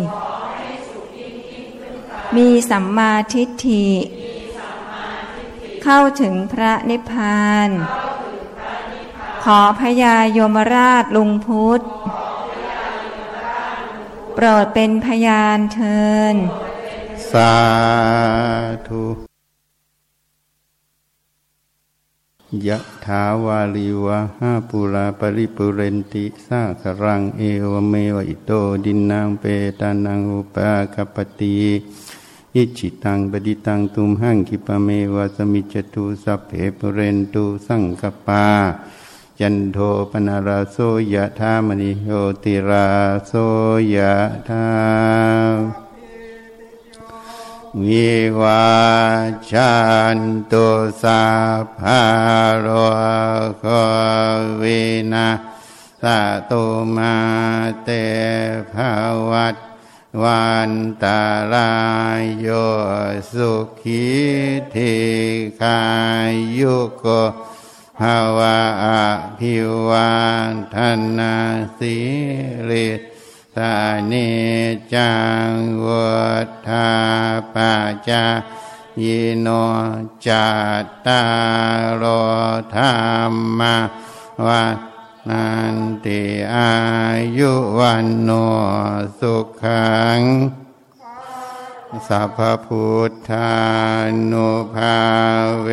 Speaker 2: มีสัมมาทิฏฐิเข้าถึงพระนิพพานขอพญายมราชลุงพุทธโปรดเป็นพยานเถิด
Speaker 1: สาธุยะถาวาลิวะหาปุราปริปุเรนติสาครังเอวเมวะอิโตดินนางเปตานังอุปาคัปปติอิจิตังปฏิตังตุมหังคิปะเมวะสมิจจตุสัพเพปุเรนตุสังคปาจันโทปนาราโสยะธามณิโยติราโสยะธาวิวาชันตุสัพพะโรโควินาศตุมาเตภวัตวันตารายโยสุขีธิคายุโกภวะอภิวันทนาสิริสานิจังวุฒาปัจจายโนจัตตารโอธรรมวัฏนันติอายุวันโนสุขังสัพพพุทธานุภาเว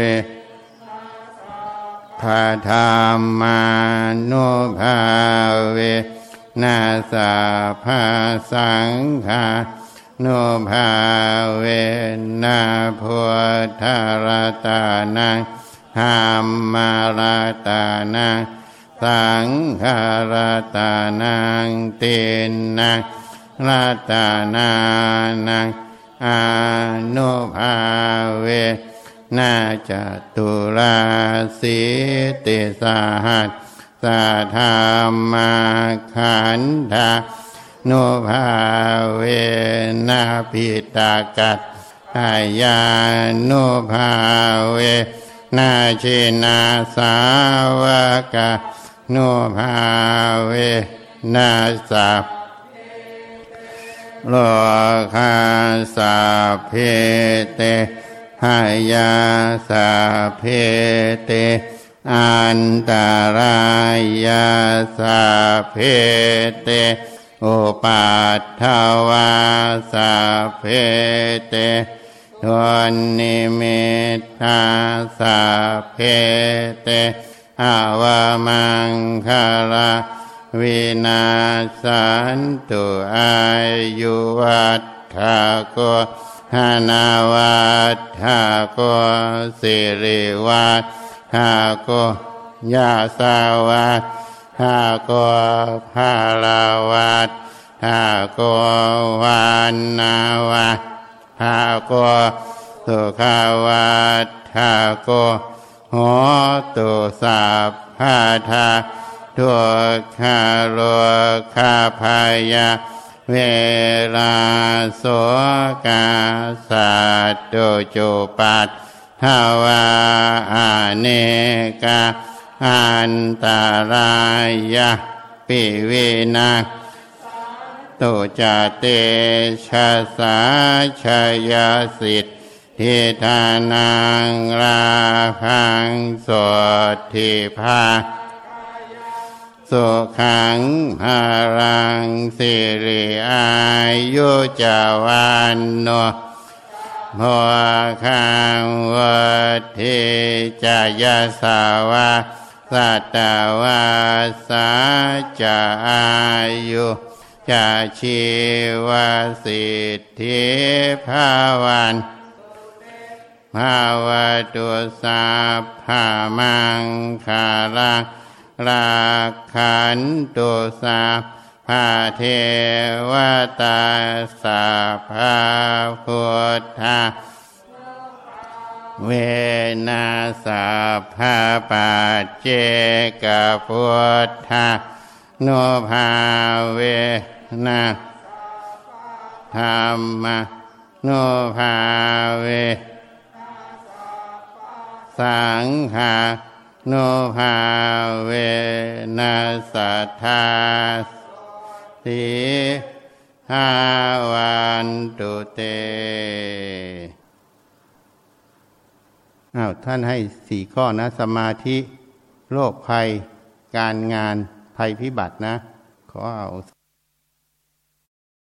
Speaker 1: พระธรรมานุภาเวนาสาภาสังฆานุภาเวนาพุทธรตานังธัมมาราตานังสังฆรตานังตินนังรัตานานังอนุภาเวนาจตุราสีติสาหัสสัทธามาขันธานุภาเวนะปิตากัตถายานุภาเวนะชินาสาวกะนุภาเวนะสัพโลกาสัพเพเตหายาสัพเพเตอันตรายาสัพเพเตอุปัฏฐวาสัพเพเตทวนนิมิตตาสัพเพเตอาวามังคาราวินาสันตุอายุวัฏฐโกหานาวัฏฐโกสิริวัฏฐโกยาสาวัฏฐโกภาลาวัฏฐโกวันนาวัฏฐโกสุขาวัฏฐโกโหตุสัพพะทาทุกขาโลกาภายาเวลาโสกาสัตตุจุปัฏฐวาอเนกาอันตรายะปิวินาตุจเตชะสาชยสิทธิทานังราพังโสทิภาสุขังภารังสิริอายุจาวันโนโภคังวัฏฐิจายาสาวาสัตตวาสาจะอายุจะชีวสิทธิภาวันภาวตุสัพพะมังคาลังราคันตุสัพพะเทวตาสัพพะพุทธาเวนัสสัพพะปัจเจกพุทธาโนภาเวนะธัมมะโนภาเวสังฆาโนภาเวนัสสัทธาสีหาวันตุเตอ้าวท่านให้สี่ข้อนะสมาธิโรคภัยการงานภัยพิบัตินะขอเอา